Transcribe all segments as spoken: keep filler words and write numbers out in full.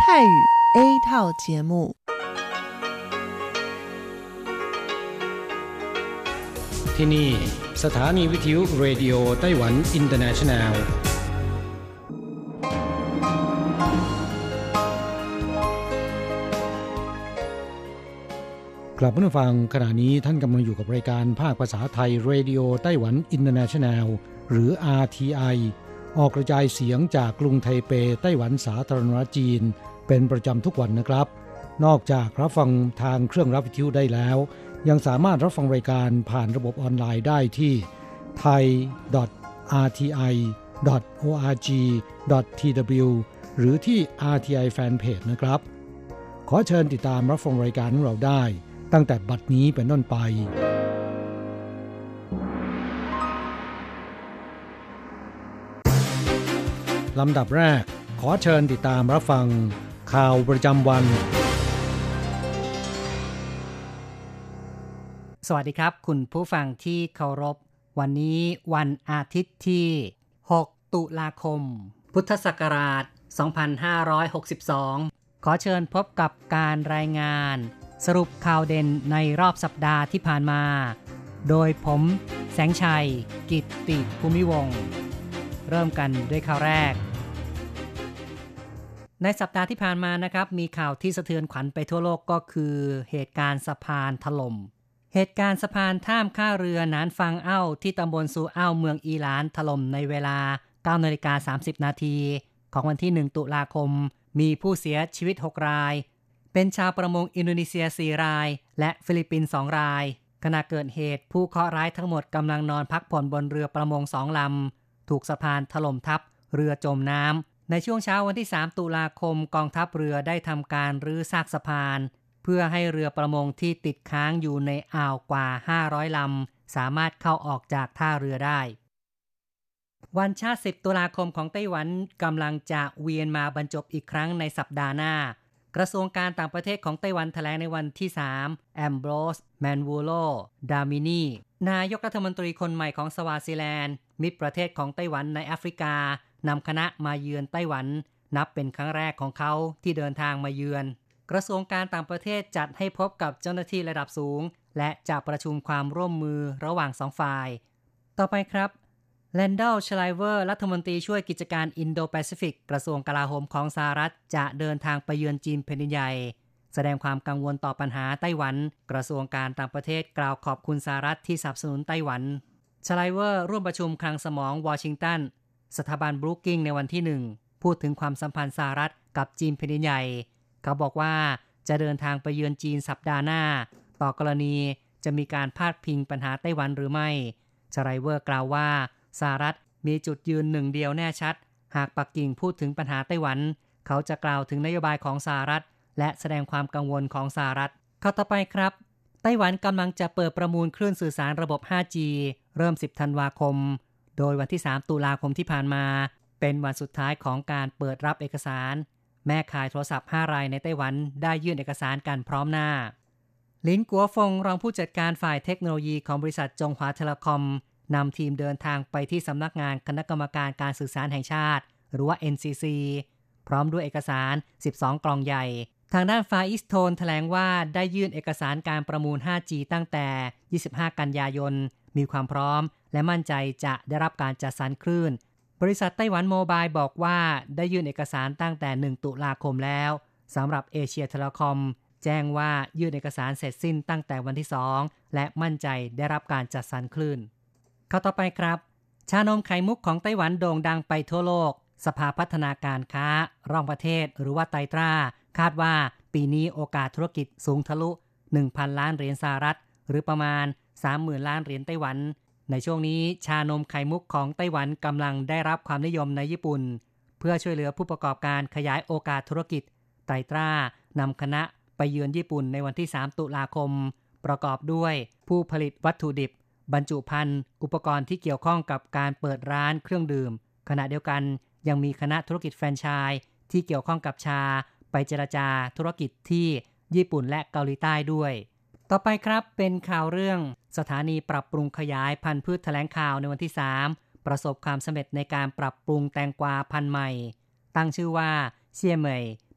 泰语 A 套节目。 ที่นี่สถานีวิทยุเรดิโอไต้หวันอินเตอร์เนชั่นแนลกลับมาฟังขณะนี้ท่านกำลังอยู่กับรายการภาคภาษาไทยเรดิโอไต้หวันอินเตอร์เนชั่นแนลหรือ อาร์ ที ไอ ออกกระจายเสียงจากกรุงไทเปไต้หวันสาธารณรัฐจีนเป็นประจำทุกวันนะครับนอกจากรับฟังทางเครื่องรับวิทยุได้แล้วยังสามารถรับฟังรายการผ่านระบบออนไลน์ได้ที่ ไทย ดอท อาร์ ที ไอ ดอท โอ อาร์ จี ดอท ที ดับเบิลยู หรือที่ อาร์ ที ไอ Fanpage นะครับขอเชิญติดตามรับฟังรายการของเราได้ตั้งแต่บัดนี้เป็นต้นไปลำดับแรกขอเชิญติดตามรับฟังข่าวประจำวันสวัสดีครับคุณผู้ฟังที่เคารพวันนี้วันอาทิตย์ที่หกตุลาคมพุทธศักราชสองพันห้าร้อยหกสิบสองขอเชิญพบกับการรายงานสรุปข่าวเด่นในรอบสัปดาห์ที่ผ่านมาโดยผมแสงชัยกิตติภูมิวงศ์เริ่มกันด้วยข่าวแรกในสัปดาห์ที่ผ่านมานะครับมีข่าวที่สะเทือนขวัญไปทั่วโลกก็คือเหตุการณ์สะพานถล่มเหตุการณ์สะพานข้ามท่าเรือหนานฟังเอ้าที่ตำบลซูเอ้าเมืองอีหลานถล่มในเวลา เก้านาฬิกาสามสิบนาทีของวันที่หนึ่งตุลาคมมีผู้เสียชีวิตหกรายเป็นชาวประมงอินโดนีเซียสี่รายและฟิลิปปินส์สองรายขณะเกิดเหตุผู้เคราะห์ร้ายทั้งหมดกำลังนอนพักผ่อนบนเรือประมงสองลำถูกสะพานถล่มทับเรือจมน้ำในช่วงเช้าวันที่สามตุลาคมกองทัพเรือได้ทำการรื้อซากสะพานเพื่อให้เรือประมงที่ติดค้างอยู่ในอ่าวกว่าห้าร้อยลำสามารถเข้าออกจากท่าเรือได้วันชาติสิบตุลาคมของไต้หวันกำลังจะเวียนมาบรรจบอีกครั้งในสัปดาห์หน้ากระทรวงการต่างประเทศของไต้หวันแถลงในวันที่สามแอมโบรสแมนวูโลดามินีนายกรัฐมนตรีคนใหม่ของสวาซิแลนด์มิตรประเทศของไต้หวันในแอฟริกานำคณะมาเยือนไต้หวันนับเป็นครั้งแรกของเขาที่เดินทางมาเยือนกระทรวงการต่างประเทศจัดให้พบกับเจ้าหน้าที่ระดับสูงและจะประชุมความร่วมมือระหว่างสองฝ่ายต่อไปครับแลนดอลชไลเวอร์รัฐมนตรีช่วยกิจการอินโดแปซิฟิกกระทรวงกลาโหมของสหรัฐจะเดินทางไปเยือนจีนแผ่นดินใหญ่แสดงความกังวลต่อปัญหาไต้หวันกระทรวงการต่างประเทศกล่าวขอบคุณสหรัฐที่สนับสนุนไต้หวันชไลเวอร์ร่วมประชุมคลังสมองวอชิงตันสถาบันบรูกิงในวันที่หนึ่งพูดถึงความสัมพันธ์สหรัฐกับจีนแผ่นดินใหญ่เขาบอกว่าจะเดินทางไปเยือนจีนสัปดาห์หน้าต่อกรณีจะมีการพาดพิงปัญหาไต้หวันหรือไม่ชไลเวอร์กล่าวว่าสหรัฐมีจุดยืนหนึ่งเดียวแน่ชัดหากปักกิ่งพูดถึงปัญหาไต้หวันเขาจะกล่าวถึงนโยบายของสหรัฐและแสดงความกังวลของสหรัฐข้อต่อไปครับไต้หวันกำลังจะเปิดประมูลคลื่นสื่อสารระบบ ห้าจี เริ่มสิบธันวาคมโดยวันที่สามตุลาคมที่ผ่านมาเป็นวันสุดท้ายของการเปิดรับเอกสารแม่ขายโทรศัพท์ห้ารายในไต้หวันได้ยื่นเอกสารกันพร้อมหน้าลินกัวฟงรองผู้จัดการฝ่ายเทคโนโลยีของบริษัทจงหวาเทเลคอมนำทีมเดินทางไปที่สำนักงานคณะกรรมการการสื่อสารแห่งชาติหรือว่า เอ็น ซี ซี พร้อมด้วยเอกสารสิบสองกล่องใหญ่ทางด้านฟาอิสโทนแถลงว่าได้ยื่นเอกสารการประมูล ห้าจี ตั้งแต่ยี่สิบห้ากันยายนมีความพร้อมและมั่นใจจะได้รับการจัดสรรคลื่นบริษัทไต้หวันโมบายบอกว่าได้ยื่นเอกสารตั้งแต่หนึ่งตุลาคมแล้วสำหรับเอเชียเทเลคอมแจ้งว่ายื่นเอกสารเสร็จสิ้นตั้งแต่วันที่สองและมั่นใจได้รับการจัดสรรคลื่นข้อต่อไปครับชานมไข่มุกของไต้หวันโด่งดังไปทั่วโลกสภาพัฒนาการค้าระหว่างประเทศหรือว่าไตรตราคาดว่าปีนี้โอกาสธุรกิจสูงทะลุ หนึ่งพัน ล้านเหรียญสหรัฐหรือประมาณ สามหมื่น ล้านเหรียญไต้หวันในช่วงนี้ชานมไข่มุกของไต้หวันกำลังได้รับความนิยมในญี่ปุ่นเพื่อช่วยเหลือผู้ประกอบการขยายโอกาสธุรกิจไตรตรานำคณะไปเยือนญี่ปุ่นในวันที่สามตุลาคมประกอบด้วยผู้ผลิตวัตถุดิบบรรจุภัณฑ์อุปกรณ์ที่เกี่ยวข้องกับการเปิดร้านเครื่องดื่มขณะเดียวกันยังมีคณะธุรกิจแฟรนไชส์ที่เกี่ยวข้องกับชาไปเจรจาธุรกิจที่ญี่ปุ่นและเกาหลีใต้ด้วยต่อไปครับเป็นข่าวเรื่องสถานีปรับปรุงขยายพันธุ์พืชแถลงข่าวในวันที่สามประสบความสำเร็จในการปรับปรุงแตงกวาพันธุ์ใหม่ตั้งชื่อว่าเซี่ยเหมย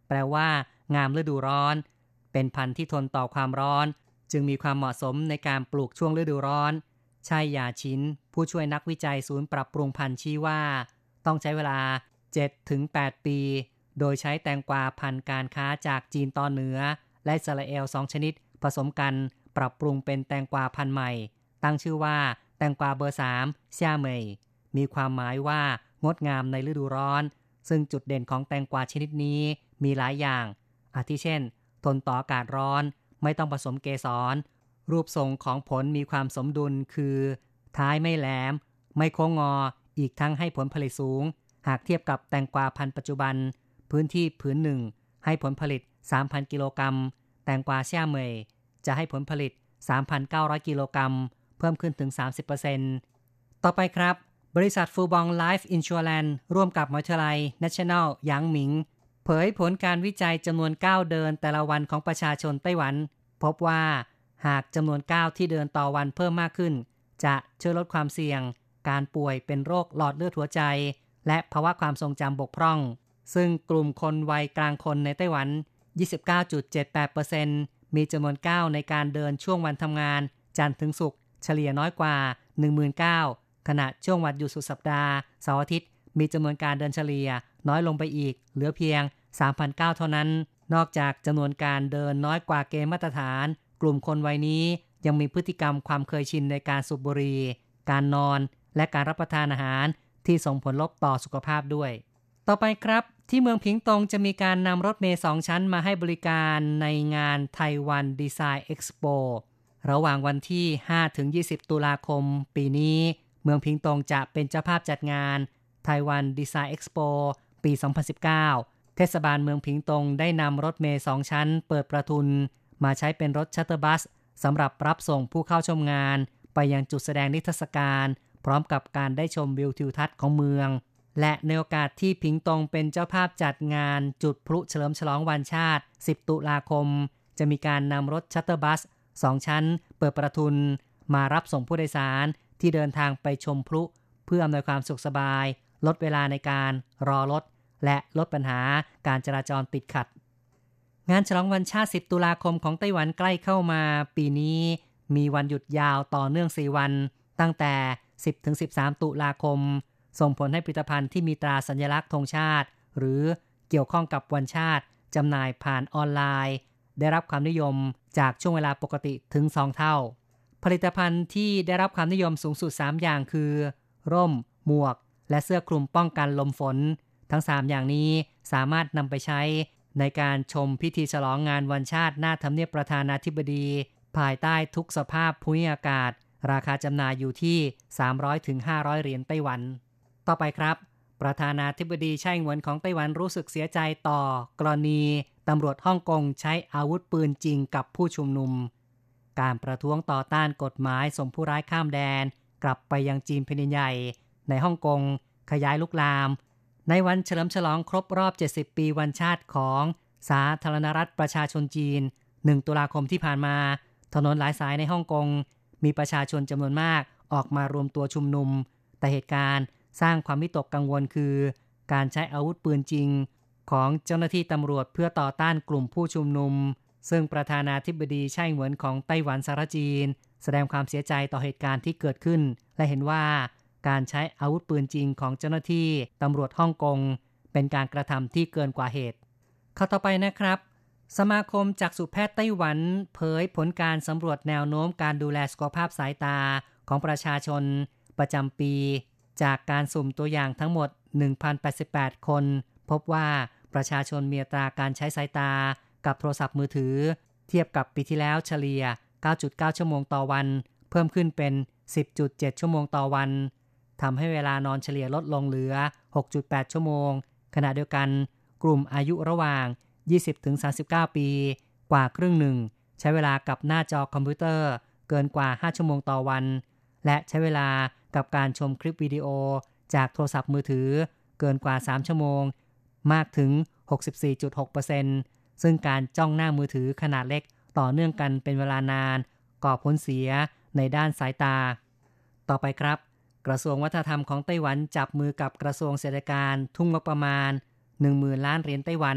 แปลว่างามฤดูร้อนเป็นพันธุ์ที่ทนต่อความร้อนจึงมีความเหมาะสมในการปลูกช่วงฤดูร้อนชัยยาชินผู้ช่วยนักวิจัยศูนย์ปรับปรุงพันธุ์ชี้ว่าต้องใช้เวลา เจ็ดถึงแปด ปีโดยใช้แตงกวาพันธุ์การค้าจากจีนตอนเหนือและอิสราเอลสองชนิดผสมกันปรับปรุงเป็นแตงกวาพันธุ์ใหม่ตั้งชื่อว่าแตงกวาเบอร์สามเซี่ยเหมยมีความหมายว่างดงามในฤดูร้อนซึ่งจุดเด่นของแตงกวาชนิดนี้มีหลายอย่างอาทิเช่นทนต่ออากาศร้อนไม่ต้องผสมเกสรรูปทรงของผลมีความสมดุลคือท้ายไม่แหลมไม่โค้งงออีกทั้งให้ผลผลิตสูงหากเทียบกับแตงกวาพันธุ์ปัจจุบันพื้นที่ผืนหนึ่งให้ผลผลิต สามพัน กิโลกรัมแตงกวาเซี่ยเหมยจะให้ผลผลิต สามพันเก้าร้อย กิโลกรัมเพิ่มขึ้นถึง สามสิบเปอร์เซ็นต์ ต่อไปครับบริษัทฟูบองไลฟ์อินชัวแลนด์ร่วมกับมหาวิทยาลัย National หยางหมิงเผยผลการวิจัยจำนวนก้าวเดินแต่ละวันของประชาชนไต้หวันพบว่าหากจำนวนก้าวที่เดินต่อวันเพิ่มมากขึ้นจะช่วยลดความเสี่ยงการป่วยเป็นโรคหลอดเลือดหัวใจและภาวะความทรงจำบกพร่องซึ่งกลุ่มคนวัยกลางคนในไต้หวัน ยี่สิบเก้าจุดเจ็ดแปดเปอร์เซ็นต์ มีจำนวนก้าวในการเดินช่วงวันทำงานจันทร์ถึงศุกร์เฉลี่ยน้อยกว่า หนึ่งหมื่นเก้าพัน ขณะช่วงวันหยุดสุดสัปดาห์เสาร์อาทิตย์มีจำนวนการเดินเฉลี่ยน้อยลงไปอีกเหลือเพียง สามพันเก้าร้อย เท่านั้นนอกจากจำนวนการเดินน้อยกว่าเกณฑ์มาตรฐานกลุ่มคนวัยนี้ยังมีพฤติกรรมความเคยชินในการสูบบุหรี่การนอนและการรับประทานอาหารที่ส่งผลลบต่อสุขภาพด้วยต่อไปครับที่เมืองผิงตงจะมีการนำรถเมล์สองชั้นมาให้บริการในงานไต้หวันดีไซน์เอ็กซ์โประหว่างวันที่ ห้าถึงยี่สิบ ตุลาคมปีนี้เมืองผิงตงจะเป็นเจ้าภาพจัดงานไต้หวันดีไซน์เอ็กซ์โปปี สองพันสิบเก้า เทศบาลเมืองผิงตงได้นำรถเมล์สองชั้นเปิดประทุนมาใช้เป็นรถชัตเตอร์บัสสำหรับรับส่งผู้เข้าชมงานไปยังจุดแสดงนิทรรศการพร้อมกับการได้ชมวิวทิวทัศน์ของเมืองและในโอกาสที่ผิงตงเป็นเจ้าภาพจัดงานจุดพลุเฉลิมฉลองวันชาติสิบตุลาคมจะมีการนำรถชัตเตอร์บัสสองชั้นเปิดประทุนมารับส่งผู้โดยสารที่เดินทางไปชมพลุเพื่ออำนวยความสุขสบายลดเวลาในการรอรถและลดปัญหาการจราจรติดขัดงานฉลองวันชาติสิบตุลาคมของไต้หวันใกล้เข้ามาปีนี้มีวันหยุดยาวต่อเนื่องสี่วันตั้งแต่สิบถึงสิบสาม ตุลาคมส่งผลให้ผลิตภัณฑ์ที่มีตราสัญลักษณ์ธงชาติหรือเกี่ยวข้องกับวันชาติจำหน่ายผ่านออนไลน์ได้รับความนิยมจากช่วงเวลาปกติถึงสองเท่าผลิตภัณฑ์ที่ได้รับความนิยมสูงสุดสามอย่างคือร่มหมวกและเสื้อคลุมป้องกันลมฝนทั้งสามอย่างนี้สามารถนำไปใช้ในการชมพิธีฉลองงานวันชาติหน้าทำเนียบประธานาธิบดีภายใต้ทุกสภาพภูมิอากาศราคาจำหน่ายอยู่ที่ สามร้อยถึงห้าร้อย เหรียญไต้หวันต่อไปครับประธานาธิบดีไช่อิงเหวินของไต้หวันรู้สึกเสียใจต่อกรณีตำรวจฮ่องกงใช้อาวุธปืนจริงกับผู้ชุมนุมการประท้วงต่อต้านกฎหมายส่งผู้ร้ายข้ามแดนกลับไปยังจีนแผ่นดินใหญ่ในฮ่องกงขยายลุกลามในวันเฉลิมฉลองครบรอบเจ็ดสิบปีวันชาติของสาธารณรัฐประชาชนจีนหนึ่งตุลาคมที่ผ่านมาถนนหลายสายในฮ่องกงมีประชาชนจำนวนมากออกมารวมตัวชุมนุมแต่เหตุการณ์สร้างความวิตกกังวลคือการใช้อาวุธปืนจริงของเจ้าหน้าที่ตำรวจเพื่อต่อต้านกลุ่มผู้ชุมนุมซึ่งประธานาธิบดีไช่อิงเหวินของไต้หวันสาธารณจีนแสดงความเสียใจต่อเหตุการณ์ที่เกิดขึ้นและเห็นว่าการใช้อาวุธปืนจริงของเจ้าหน้าที่ตำรวจฮ่องกงเป็นการกระทำที่เกินกว่าเหตุข้อต่อไปนะครับสมาคมจักษุแพทย์ไต้หวันเผยผลการสำรวจแนวโน้มการดูแลสุขภาพสายตาของประชาชนประจำปีจากการสุ่มตัวอย่างทั้งหมด หนึ่งพันแปดสิบแปด คนพบว่าประชาชนมีอัตราการใช้สายตากับโทรศัพท์มือถือเทียบกับปีที่แล้วเฉลี่ย เก้าจุดเก้า ชั่วโมงต่อวันเพิ่มขึ้นเป็น สิบจุดเจ็ด ชั่วโมงต่อวันทำให้เวลานอนเฉลี่ยลดลงเหลือ หกจุดแปด ชั่วโมงขณะเดียวกันกลุ่มอายุระหว่าง ยี่สิบถึงสามสิบเก้า ปีกว่าครึ่งหนึ่งใช้เวลากับหน้าจอคอมพิวเตอร์เกินกว่าห้าชั่วโมงต่อวันและใช้เวลากับการชมคลิปวิดีโอจากโทรศัพท์มือถือเกินกว่าสามชั่วโมงมากถึง หกสิบสี่จุดหกเปอร์เซ็นต์ ซึ่งการจ้องหน้ามือถือขนาดเล็กต่อเนื่องกันเป็นเวลานานก่อผลเสียในด้านสายตาต่อไปครับกระทรวงวัฒนธรรมของไต้หวันจับมือกับกระทรวงเศรษฐกิจทุ่มงบประมาณ หนึ่งหมื่น ล้านเหรียญไต้หวัน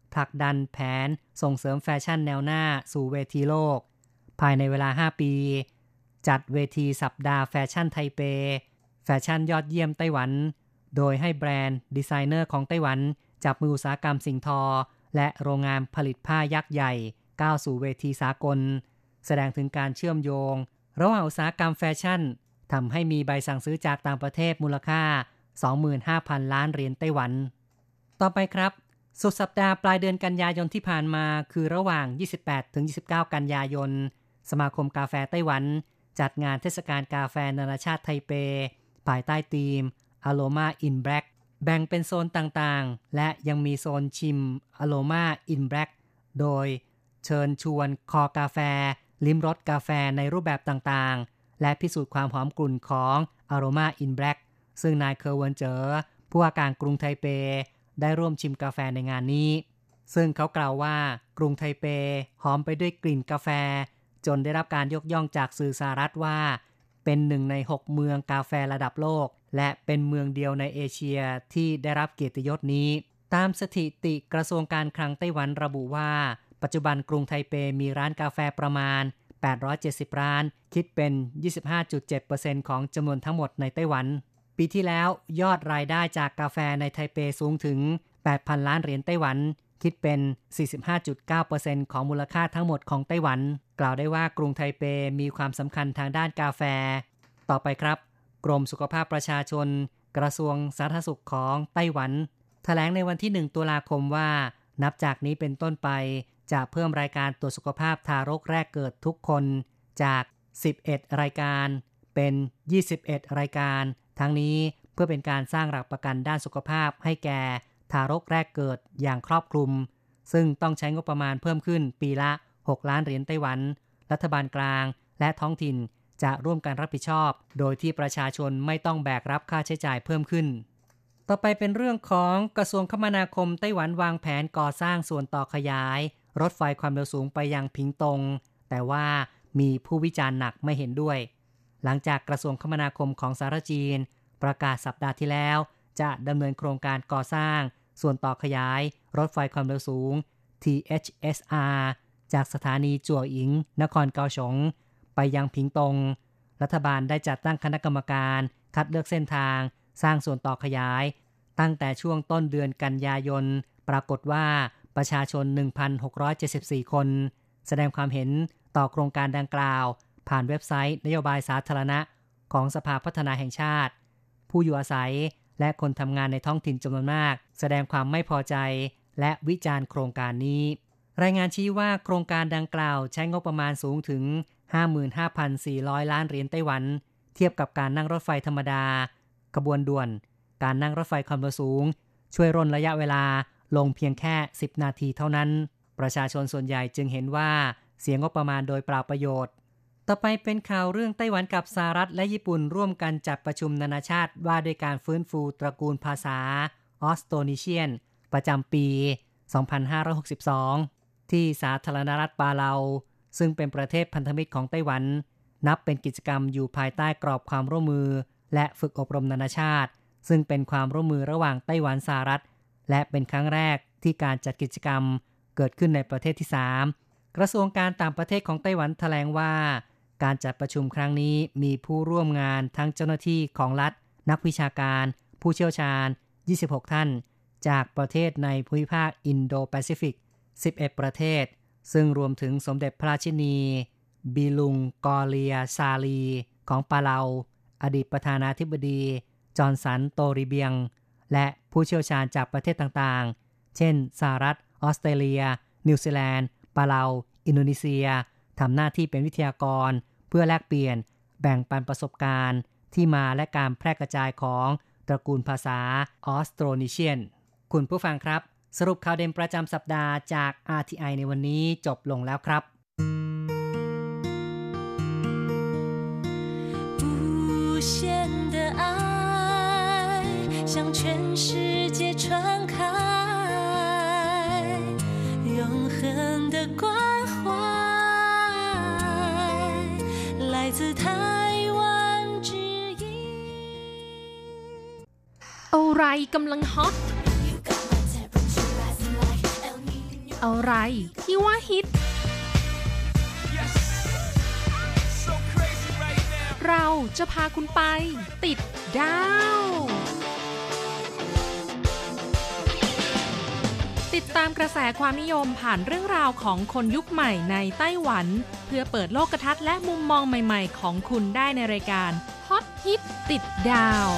ผลักดันแผนส่งเสริมแฟชั่นแนวหน้าสู่เวทีโลกภายในเวลาห้าปีจัดเวทีสัปดาห์แฟชั่นไทเปแฟชั่นยอดเยี่ยมไต้หวันโดยให้แบรนด์ดีไซเนอร์ของไต้หวันจับมืออุตสาหกรรมสิ่งทอและโรงงานผลิตผ้ายักษ์ใหญ่ก้าวสู่เวทีสากลแสดงถึงการเชื่อมโยงระหว่างอุตสาหกรรมแฟชั่นทำให้มีใบสั่งซื้อจากต่างประเทศมูลค่า สองหมื่นห้าพัน ล้านเหรียญไต้หวันต่อไปครับสุดสัปดาห์ปลายเดือนกันยายนที่ผ่านมาคือระหว่าง ยี่สิบแปดถึงยี่สิบเก้า กันยายนสมาคมกาแฟไต้หวันจัดงานเทศกาลกาแฟนานาชาติไทเปภายใต้ธีม Aroma in Black แบ่งเป็นโซนต่างๆและยังมีโซนชิม Aroma in Black โดยเชิญชวนคอกาแฟลิ้มรสกาแฟในรูปแบบต่างๆและพิสูจน์ความหอมกลุ่นของ Aroma in Black ซึ่งนายเคอร์เวินเจอผู้ว่าการกรุงไทเปได้ร่วมชิมกาแฟในงานนี้ซึ่งเขากล่าวว่ากรุงไทเปหอมไปด้วยกลิ่นกาแฟจนได้รับการยกย่องจากสื่อสหรัฐว่าเป็นหนึ่งในหกเมืองกาแฟระดับโลกและเป็นเมืองเดียวในเอเชียที่ได้รับเกียรติยศนี้ตามสถิติกระทรวงการคลังไต้หวันระบุว่าปัจจุบันกรุงไทเปมีร้านกาแฟประมาณแปดร้อยเจ็ดสิบร้านคิดเป็น ยี่สิบห้าจุดเจ็ดเปอร์เซ็นต์ ของจำนวนทั้งหมดในไต้หวันปีที่แล้วยอดรายได้จากกาแฟในไทเปสูงถึง แปดพัน ล้านเหรียญไต้หวันคิดเป็น สี่สิบห้าจุดเก้าเปอร์เซ็นต์ ของมูลค่าทั้งหมดของไต้หวันกล่าวได้ว่ากรุงไทเปมีความสำคัญทางด้านกาแฟต่อไปครับกรมสุขภาพประชาชนกระทรวงสาธารณสุขของไต้หวันแถลงในวันที่หนึ่งตุลาคมว่านับจากนี้เป็นต้นไปจะเพิ่มรายการตรวจสุขภาพทารกแรกเกิดทุกคนจากสิบเอ็ดรายการเป็นยี่สิบเอ็ดรายการทั้งนี้เพื่อเป็นการสร้างหลักประกันด้านสุขภาพให้แก่ทารกแรกเกิดอย่างครอบคลุมซึ่งต้องใช้งบประมาณเพิ่มขึ้นปีละหกล้านเหรียญไต้หวันรัฐบาลกลางและท้องถิ่นจะร่วมกันรับผิดชอบโดยที่ประชาชนไม่ต้องแบกรับค่าใช้จ่ายเพิ่มขึ้นต่อไปเป็นเรื่องของกระทรวงคมนาคมไต้หวันวางแผนก่อสร้างส่วนต่อขยายรถไฟความเร็วสูงไปยังผิงตงแต่ว่ามีผู้วิจารณ์หนักไม่เห็นด้วยหลังจากกระทรวงคมนาคมของสหรัฐจีนประกาศสัปดาห์ที่แล้วจะดำเนินโครงการก่อสร้างส่วนต่อขยายรถไฟความเร็วสูง ที เอช เอส อาร์ จากสถานีจั่วอิงนครเกาสงไปยังผิงตงรัฐบาลได้จัดตั้งคณะกรรมการคัดเลือกเส้นทางสร้างส่วนต่อขยายตั้งแต่ช่วงต้นเดือนกันยายนปรากฏว่าประชาชน หนึ่งพันหกร้อยเจ็ดสิบสี่ คนแสดงความเห็นต่อโครงการดังกล่าวผ่านเว็บไซต์นโยบายสาธารณะของสภาพัฒนาแห่งชาติผู้อยู่อาศัยและคนทำงานในท้องถิ่นจำนวนมากแสดงความไม่พอใจและวิจารณ์โครงการนี้รายงานชี้ว่าโครงการดังกล่าวใช้งบประมาณสูงถึง ห้าหมื่นห้าพันสี่ร้อย ล้านเหรียญไต้หวันเทียบกับการนั่งรถไฟธรรมดาขบวนด่วนการนั่งรถไฟความเร็วสูงช่วยร่นระยะเวลาลงเพียงแค่สิบนาทีเท่านั้นประชาชนส่วนใหญ่จึงเห็นว่าเสียงบประมาณโดยเปล่าประโยชน์ต่อไปเป็นข่าวเรื่องไต้หวันกับสหรัฐและญี่ปุ่นร่วมกันจัดประชุมนานาชาติว่าด้วยการฟื้นฟูตระกูลภาษาออสโตนีเชียนประจำปี สองพันห้าร้อยหกสิบสอง ที่สาธารณรัฐปาเลาซึ่งเป็นประเทศพันธมิตรของไต้หวันนับเป็นกิจกรรมอยู่ภายใต้กรอบความร่วมมือและฝึกอบรมนานาชาติซึ่งเป็นความร่วมมือระหว่างไต้หวันสหรัฐและเป็นครั้งแรกที่การจัดกิจกรรมเกิดขึ้นในประเทศที่สามกระทรวงการต่างประเทศของไต้หวันแถลงว่าการจัดประชุมครั้งนี้มีผู้ร่วมงานทั้งเจ้าหน้าที่ของรัฐนักวิชาการผู้เชี่ยวชาญยี่สิบหกท่านจากประเทศในภูมิภาคอินโดแปซิฟิกสิบเอ็ดประเทศซึ่งรวมถึงสมเด็จพระราชินีบีลุงกอเลียซาลีของปาเลาอดีตประธานาธิบดีจอห์นสันโตริเบียงและผู้เชี่ยวชาญจากประเทศต่างๆเช่นสหรัฐออสเตรเลียนิวซีแลนด์ปาเลาอินโดนีเซียทำหน้าที่เป็นวิทยากรเพื่อแลกเปลี่ยนแบ่งปันประสบการณ์ที่มาและการแพร่กระจายของตระกูลภาษาออสโตรนีเชียนคุณผู้ฟังครับสรุปข่าวเด่นประจำสัปดาห์จาก อาร์ ที ไอ ในวันนี้จบลงแล้วครับ无限的爱向全世界传开永恒的关怀来自台湾之音อะไรกำลังฮอตอะไรที่ว่าฮิต yes. so right เราจะพาคุณไปติดดาวติดตามกระแสความนิยมผ่านเรื่องราวของคนยุคใหม่ในไต้หวันเพื่อเปิดโลกทัศน์และมุมมองใหม่ๆของคุณได้ในรายการฮอตฮิตติดดาว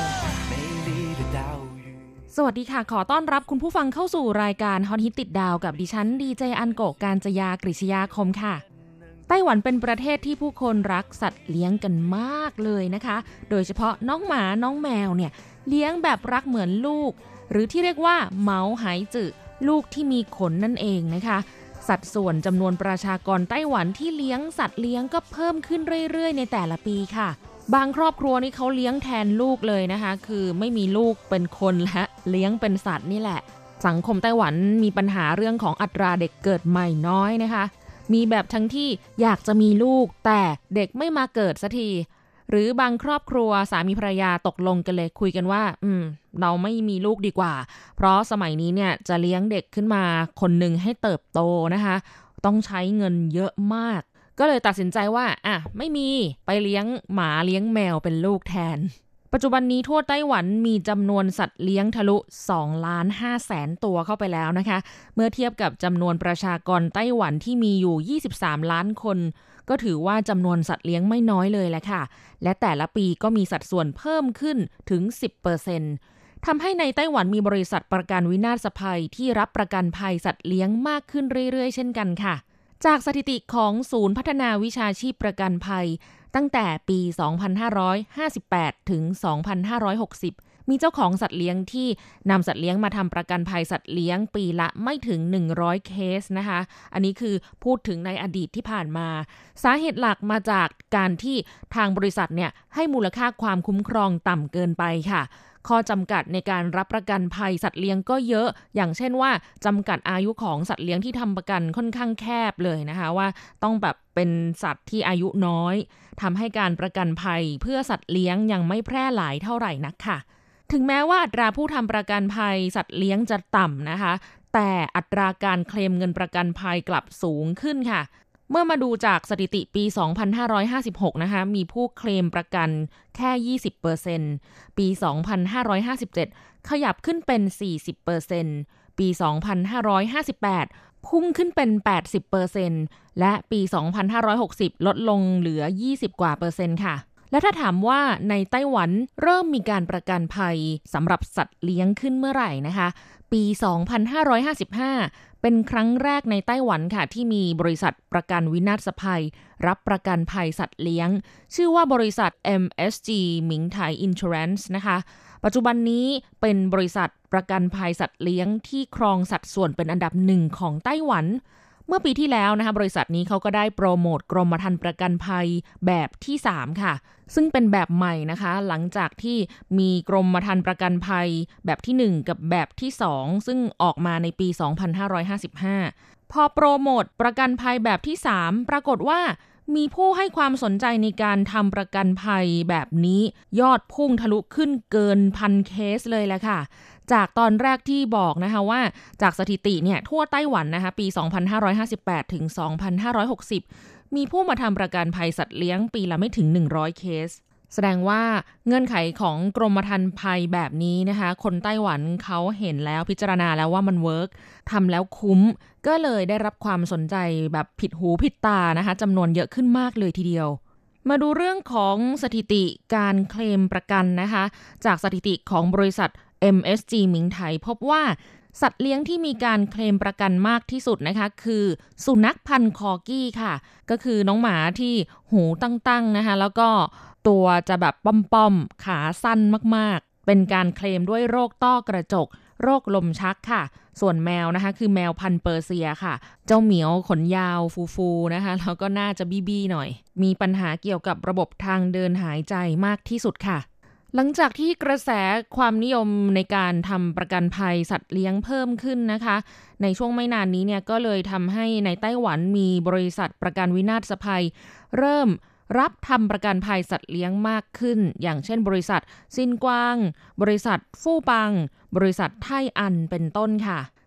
สวัสดีค่ะขอต้อนรับคุณผู้ฟังเข้าสู่รายการฮอตฮิตติดดาวกับดิฉันดีเจอันโกะกาญจยากฤษยาคมค่ะไต้หวันเป็นประเทศที่ผู้คนรักสัตว์เลี้ยงกันมากเลยนะคะโดยเฉพาะน้องหมาน้องแมวเนี่ยเลี้ยงแบบรักเหมือนลูกหรือที่เรียกว่าเหมาไหจื่อลูกที่มีขนนั่นเองนะคะสัดส่วนจำนวนประชากรไต้หวันที่เลี้ยงสัตว์เลี้ยงก็เพิ่มขึ้นเรื่อยๆในแต่ละปีค่ะบางครอบครัวนี่เขาเลี้ยงแทนลูกเลยนะคะคือไม่มีลูกเป็นคนและเลี้ยงเป็นสัตว์นี่แหละสังคมไต้หวันมีปัญหาเรื่องของอัตราเด็กเกิดใหม่น้อยนะคะมีแบบทั้งที่อยากจะมีลูกแต่เด็กไม่มาเกิดสักทีหรือบางครอบครัวสามีภรรยาตกลงกันเลยคุยกันว่าอืมเราไม่มีลูกดีกว่าเพราะสมัยนี้เนี่ยจะเลี้ยงเด็กขึ้นมาคนหนึ่งให้เติบโตนะคะต้องใช้เงินเยอะมากก็เลยตัดสินใจว่าอ่ะไม่มีไปเลี้ยงหมาเลี้ยงแมวเป็นลูกแทนปัจจุบันนี้ทั่วไต้หวันมีจำนวนสัตว์เลี้ยงทะลุสองล้านห้าแสนตัวเข้าไปแล้วนะคะเมื่อเทียบกับจำนวนประชากรไต้หวันที่มีอยู่ยี่สิบสามล้านคนก็ถือว่าจำนวนสัตว์เลี้ยงไม่น้อยเลยแหละค่ะและแต่ละปีก็มีสัดส่วนเพิ่มขึ้นถึง สิบเปอร์เซ็นต์ ทำให้ในไต้หวันมีบริษัทประกันวินาศภัยที่รับประกันภัยสัตว์เลี้ยงมากขึ้นเรื่อยๆเช่นกันค่ะจากสถิติของศูนย์พัฒนาวิชาชีพประกันภัยตั้งแต่ปี สองพันห้าร้อยห้าสิบแปด ถึง สองพันห้าร้อยหกสิบ มีเจ้าของสัตว์เลี้ยงที่นำสัตว์เลี้ยงมาทำประกันภัยสัตว์เลี้ยงปีละไม่ถึงหนึ่งร้อยเคสนะคะอันนี้คือพูดถึงในอดีตที่ผ่านมาสาเหตุหลักมาจากการที่ทางบริษัทเนี่ยให้มูลค่าความคุ้มครองต่ำเกินไปค่ะข้อจำกัดในการรับประกันภัยสัตว์เลี้ยงก็เยอะอย่างเช่นว่าจำกัดอายุของสัตว์เลี้ยงที่ทำประกันค่อนข้างแคบเลยนะคะว่าต้องแบบเป็นสัตว์ที่อายุน้อยทำให้การประกันภัยเพื่อสัตว์เลี้ยงยังไม่แพร่หลายเท่าไหร่นักค่ะถึงแม้ว่าอัตราผู้ทำประกันภัยสัตว์เลี้ยงจะต่ำนะคะแต่อัตราการเคลมเงินประกันภัยกลับสูงขึ้นค่ะเมื่อมาดูจากสถิติปี สองพันห้าร้อยห้าสิบหก นะคะมีผู้เคลมประกันแค่ ยี่สิบเปอร์เซ็นต์ ปี สองพันห้าร้อยห้าสิบเจ็ด ขยับขึ้นเป็น สี่สิบเปอร์เซ็นต์ ปี สองพันห้าร้อยห้าสิบแปด พุ่งขึ้นเป็น แปดสิบเปอร์เซ็นต์ และปี สองพันห้าร้อยหกสิบ ลดลงเหลือ ยี่สิบกว่าเปอร์เซ็นต์ค่ะและถ้าถามว่าในไต้หวันเริ่มมีการประกันภัยสำหรับสัตว์เลี้ยงขึ้นเมื่อไหร่นะคะปี สองพันห้าร้อยห้าสิบห้า เป็นครั้งแรกในไต้หวันค่ะที่มีบริษัทประกันวินาศภัยรับประกันภัยสัตว์เลี้ยงชื่อว่าบริษัท เอ็ม เอส จี Mingtai Insurance นะคะปัจจุบันนี้เป็นบริษัทประกันภัยสัตว์เลี้ยงที่ครองสัดส่วนเป็นอันดับหนึ่งของไต้หวันเมื่อปีที่แล้วนะคะบริษัทนี้เขาก็ได้โปรโมทกรมธรรม์ประกันภัยแบบที่สามค่ะซึ่งเป็นแบบใหม่นะคะหลังจากที่มีกรมธรรม์ประกันภัยแบบที่หนึ่งกับแบบที่สองซึ่งออกมาในปี สองพันห้าร้อยห้าสิบห้า พอโปรโมทประกันภัยแบบที่สามปรากฏว่ามีผู้ให้ความสนใจในการทำประกันภัยแบบนี้ยอดพุ่งทะลุขึ้นเกินพันเคสเลยแหละค่ะจากตอนแรกที่บอกนะคะว่าจากสถิติเนี่ยทั่วไต้หวันนะคะปี สองพันห้าร้อยห้าสิบแปด ถึง สองพันห้าร้อยหกสิบ มีผู้มาทำประกันภัยสัตว์เลี้ยงปีละไม่ถึงหนึ่งร้อยเคสแสดงว่าเงื่อนไขของกรมธรรม์ภัยแบบนี้นะคะคนไต้หวันเขาเห็นแล้วพิจารณาแล้วว่ามันเวิร์กทำแล้วคุ้มก็เลยได้รับความสนใจแบบผิดหูผิดตานะคะจำนวนเยอะขึ้นมากเลยทีเดียวมาดูเรื่องของสถิติการเคลมประกันนะคะจากสถิติของบริษัท เอ็ม เอส จี Mingtai พบว่าสัตว์เลี้ยงที่มีการเคลมประกันมากที่สุดนะคะคือสุนัขพันธุ์คอกี้ค่ะก็คือน้องหมาที่หูตั้งๆนะคะแล้วก็ตัวจะแบบป้อมๆขาสั้นมากๆเป็นการเคลมด้วยโรคต้อกระจกโรคลมชักค่ะส่วนแมวนะคะคือแมวพันธุ์เปอร์เซียค่ะเจ้าเหมียวขนยาวฟูๆนะคะแล้วก็น่าจะบี้ๆหน่อยมีปัญหาเกี่ยวกับระบบทางเดินหายใจมากที่สุดค่ะหลังจากที่กระแสความนิยมในการทำประกันภัยสัตว์เลี้ยงเพิ่มขึ้นนะคะในช่วงไม่นานนี้เนี่ยก็เลยทำให้ในไต้หวันมีบริษัทประกันวินาศภัยเริ่มรับทำประกันภัยสัตว์เลี้ยงมากขึ้นอย่างเช่นบริษัทซินกวางบริษัทฟู่ปังบริษัทไทอันเป็นต้นค่ะ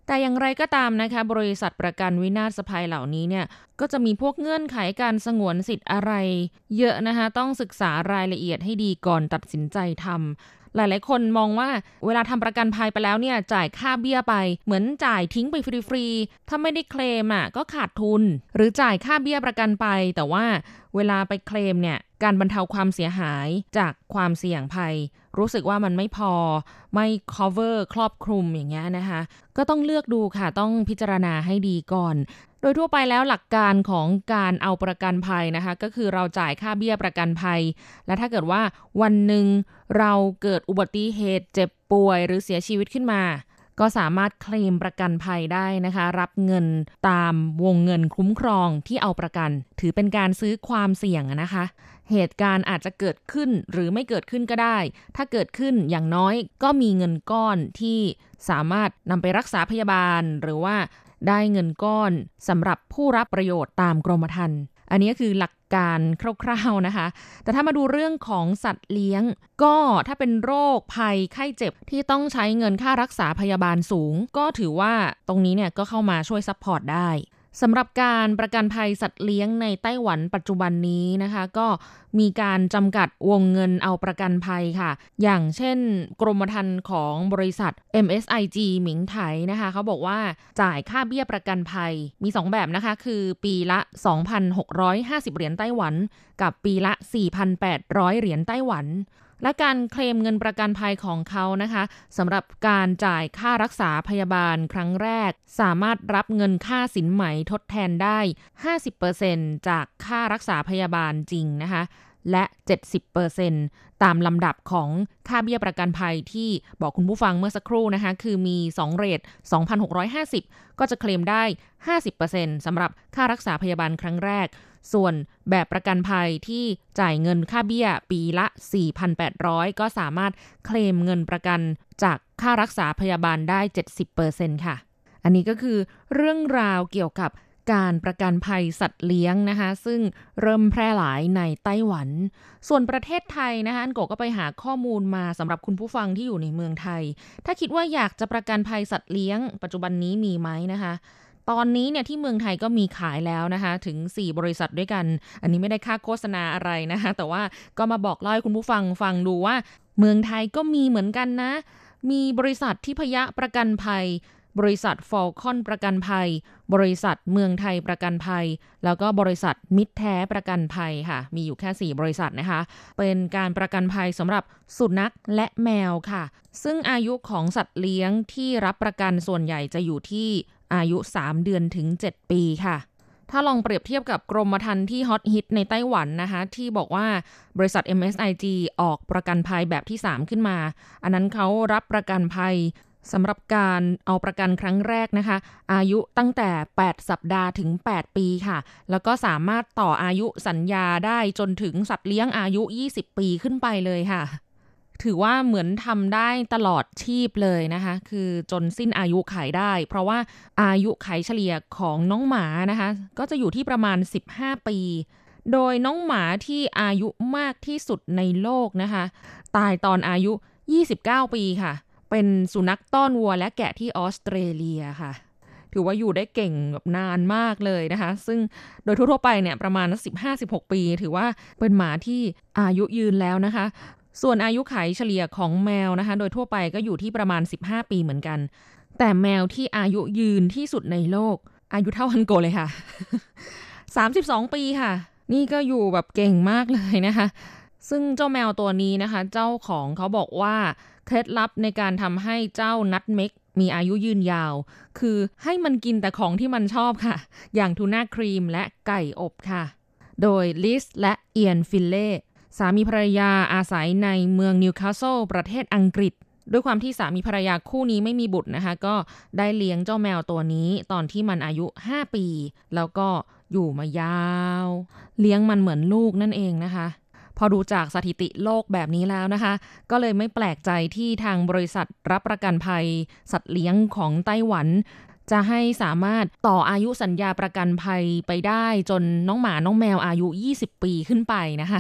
แต่อย่างไรก็ตามนะคะบริษัทประกันวินาศภัยเหล่านี้เนี่ยก็จะมีพวกเงื่อนไขการสงวนสิทธิ์อะไรเยอะนะคะต้องศึกษารายละเอียดให้ดีก่อนตัดสินใจทำหลายๆคนมองว่าเวลาทำประกันภัยไปแล้วเนี่ยจ่ายค่าเบี้ยไปเหมือนจ่ายทิ้งไปฟรีๆถ้าไม่ได้เคลมอ่ะก็ขาดทุนหรือจ่ายค่าเบี้ยประกันไปแต่ว่าเวลาไปเคลมเนี่ยการบรรเทาความเสียหายจากความเสี่ยงภัยรู้สึกว่ามันไม่พอไม่ cover ครอบคลุมอย่างเงี้ยนะคะก็ต้องเลือกดูค่ะต้องพิจารณาให้ดีก่อนโดยทั่วไปแล้วหลักการของการเอาประกันภัยนะคะก็คือเราจ่ายค่าเบี้ยประกันภัยและถ้าเกิดว่าวันหนึ่งเราเกิดอุบัติเหตุเจ็บป่วยหรือเสียชีวิตขึ้นมาก็สามารถเคลมประกันภัยได้นะคะรับเงินตามวงเงินคุ้มครองที่เอาประกันถือเป็นการซื้อความเสี่ยงนะคะเหตุการณ์อาจจะเกิดขึ้นหรือไม่เกิดขึ้นก็ได้ถ้าเกิดขึ้นอย่างน้อยก็มีเงินก้อนที่สามารถนำไปรักษาพยาบาลหรือว่าได้เงินก้อนสำหรับผู้รับประโยชน์ตามกรมธรรม์อันนี้คือหลักการคร่าวๆนะคะแต่ถ้ามาดูเรื่องของสัตว์เลี้ยงก็ถ้าเป็นโรคภัยไข้เจ็บที่ต้องใช้เงินค่ารักษาพยาบาลสูงก็ถือว่าตรงนี้เนี่ยก็เข้ามาช่วยซัพพอร์ตได้สำหรับการประกันภัยสัตว์เลี้ยงในไต้หวันปัจจุบันนี้นะคะก็มีการจำกัดวงเงินเอาประกันภัยค่ะอย่างเช่นกรมธรรม์ของบริษัท เอ็ม เอส ไอ จี หมิงไถนะคะเขาบอกว่าจ่ายค่าเบี้ยประกันภัยมีสองแบบนะคะคือปีละ สองพันหกร้อยห้าสิบ เหรียญไต้หวันกับปีละ สี่พันแปดร้อย เหรียญไต้หวันและการเคลมเงินประกันภัยของเขานะคะสำหรับการจ่ายค่ารักษาพยาบาลครั้งแรกสามารถรับเงินค่าสินไหมทดแทนได้ ห้าสิบเปอร์เซ็นต์ จากค่ารักษาพยาบาลจริงนะคะและ เจ็ดสิบเปอร์เซ็นต์ ตามลำดับของค่าเบี้ยประกันภัยที่บอกคุณผู้ฟังเมื่อสักครู่นะคะคือมีสองเรท สองพันหกร้อยห้าสิบ ก็จะเคลมได้ ห้าสิบเปอร์เซ็นต์ สำหรับค่ารักษาพยาบาลครั้งแรกส่วนแบบประกันภัยที่จ่ายเงินค่าเบี้ยปีละ สี่พันแปดร้อย ก็สามารถเคลมเงินประกันจากค่ารักษาพยาบาลได้ เจ็ดสิบเปอร์เซ็นต์ ค่ะอันนี้ก็คือเรื่องราวเกี่ยวกับการประกันภัยสัตว์เลี้ยงนะคะซึ่งเริ่มแพร่หลายในไต้หวันส่วนประเทศไทยนะคะอันโกก็ไปหาข้อมูลมาสำหรับคุณผู้ฟังที่อยู่ในเมืองไทยถ้าคิดว่าอยากจะประกันภัยสัตว์เลี้ยงปัจจุบันนี้มีไหมนะคะตอนนี้เนี่ยที่เมืองไทยก็มีขายแล้วนะคะถึงสี่บริษัทด้วยกันอันนี้ไม่ได้ค่าโฆษณาอะไรนะคะแต่ว่าก็มาบอกเล่าให้คุณผู้ฟังฟังดูว่าเมืองไทยก็มีเหมือนกันนะมีบริษัททิพยะประกันภัยบริษัทฟอลคอนประกันภัยบริษัทเมืองไทยประกันภัยแล้วก็บริษัทมิตรแท้ประกันภัยค่ะมีอยู่แค่สี่บริษัทนะคะเป็นการประกันภัยสำหรับสุนัขและแมวค่ะซึ่งอายุของสัตว์เลี้ยงที่รับประกันส่วนใหญ่จะอยู่ที่อายุสามเดือนถึงเจ็ดปีค่ะถ้าลองเปรียบเทียบกับกรมธรรม์ที่ฮอตฮิตในไต้หวันนะคะที่บอกว่าบริษัท เอ็ม เอส ไอ จี ออกประกันภัยแบบที่สามขึ้นมาอันนั้นเขารับประกันภัยสำหรับการเอาประกันครั้งแรกนะคะอายุตั้งแต่แปดสัปดาห์ถึงแปดปีค่ะแล้วก็สามารถต่ออายุสัญญาได้จนถึงสัตว์เลี้ยงอายุยี่สิบปีขึ้นไปเลยค่ะถือว่าเหมือนทำได้ตลอดชีพเลยนะคะคือจนสิ้นอายุขัยได้เพราะว่าอายุขัยเฉลี่ยของน้องหมานะคะก็จะอยู่ที่ประมาณสิบห้าปีโดยน้องหมาที่อายุมากที่สุดในโลกนะคะตายตอนอายุยี่สิบเก้าปีค่ะเป็นสุนัขต้อนวัวและแกะที่ออสเตรเลียค่ะถือว่าอยู่ได้เก่งแบบนานมากเลยนะคะซึ่งโดยทั่วๆไปเนี่ยประมาณ สิบห้าถึงสิบหก ปีถือว่าเป็นหมาที่อายุยืนแล้วนะคะส่วนอายุขัยเฉลี่ยของแมวนะคะโดยทั่วไปก็อยู่ที่ประมาณสิบห้าปีเหมือนกันแต่แมวที่อายุยืนที่สุดในโลกอายุเท่าฮันโกเลยค่ะ สามสิบสอง ปีค่ะนี่ก็อยู่แบบเก่งมากเลยนะคะซึ่งเจ้าแมวตัวนี้นะคะเจ้าของเขาบอกว่าเคล็ดลับในการทำให้เจ้านัทเม็กมีอายุยืนยาวคือให้มันกินแต่ของที่มันชอบค่ะอย่างทูน่าครีมและไก่อบค่ะโดยลิสและเอียนฟิลเล่สามีภรรยาอาศัยในเมืองนิวคาสเซิลประเทศอังกฤษด้วยความที่สามีภรรยาคู่นี้ไม่มีบุตรนะคะก็ได้เลี้ยงเจ้าแมวตัวนี้ตอนที่มันอายุห้าปีแล้วก็อยู่มายาวเลี้ยงมันเหมือนลูกนั่นเองนะคะพอดูจากสถิติโลกแบบนี้แล้วนะคะก็เลยไม่แปลกใจที่ทางบริษัทรับประกันภัยสัตว์เลี้ยงของไต้หวันจะให้สามารถต่ออายุสัญญาประกันภัยไปได้จนน้องหมาน้องแมวอายุยี่สิบปีขึ้นไปนะคะ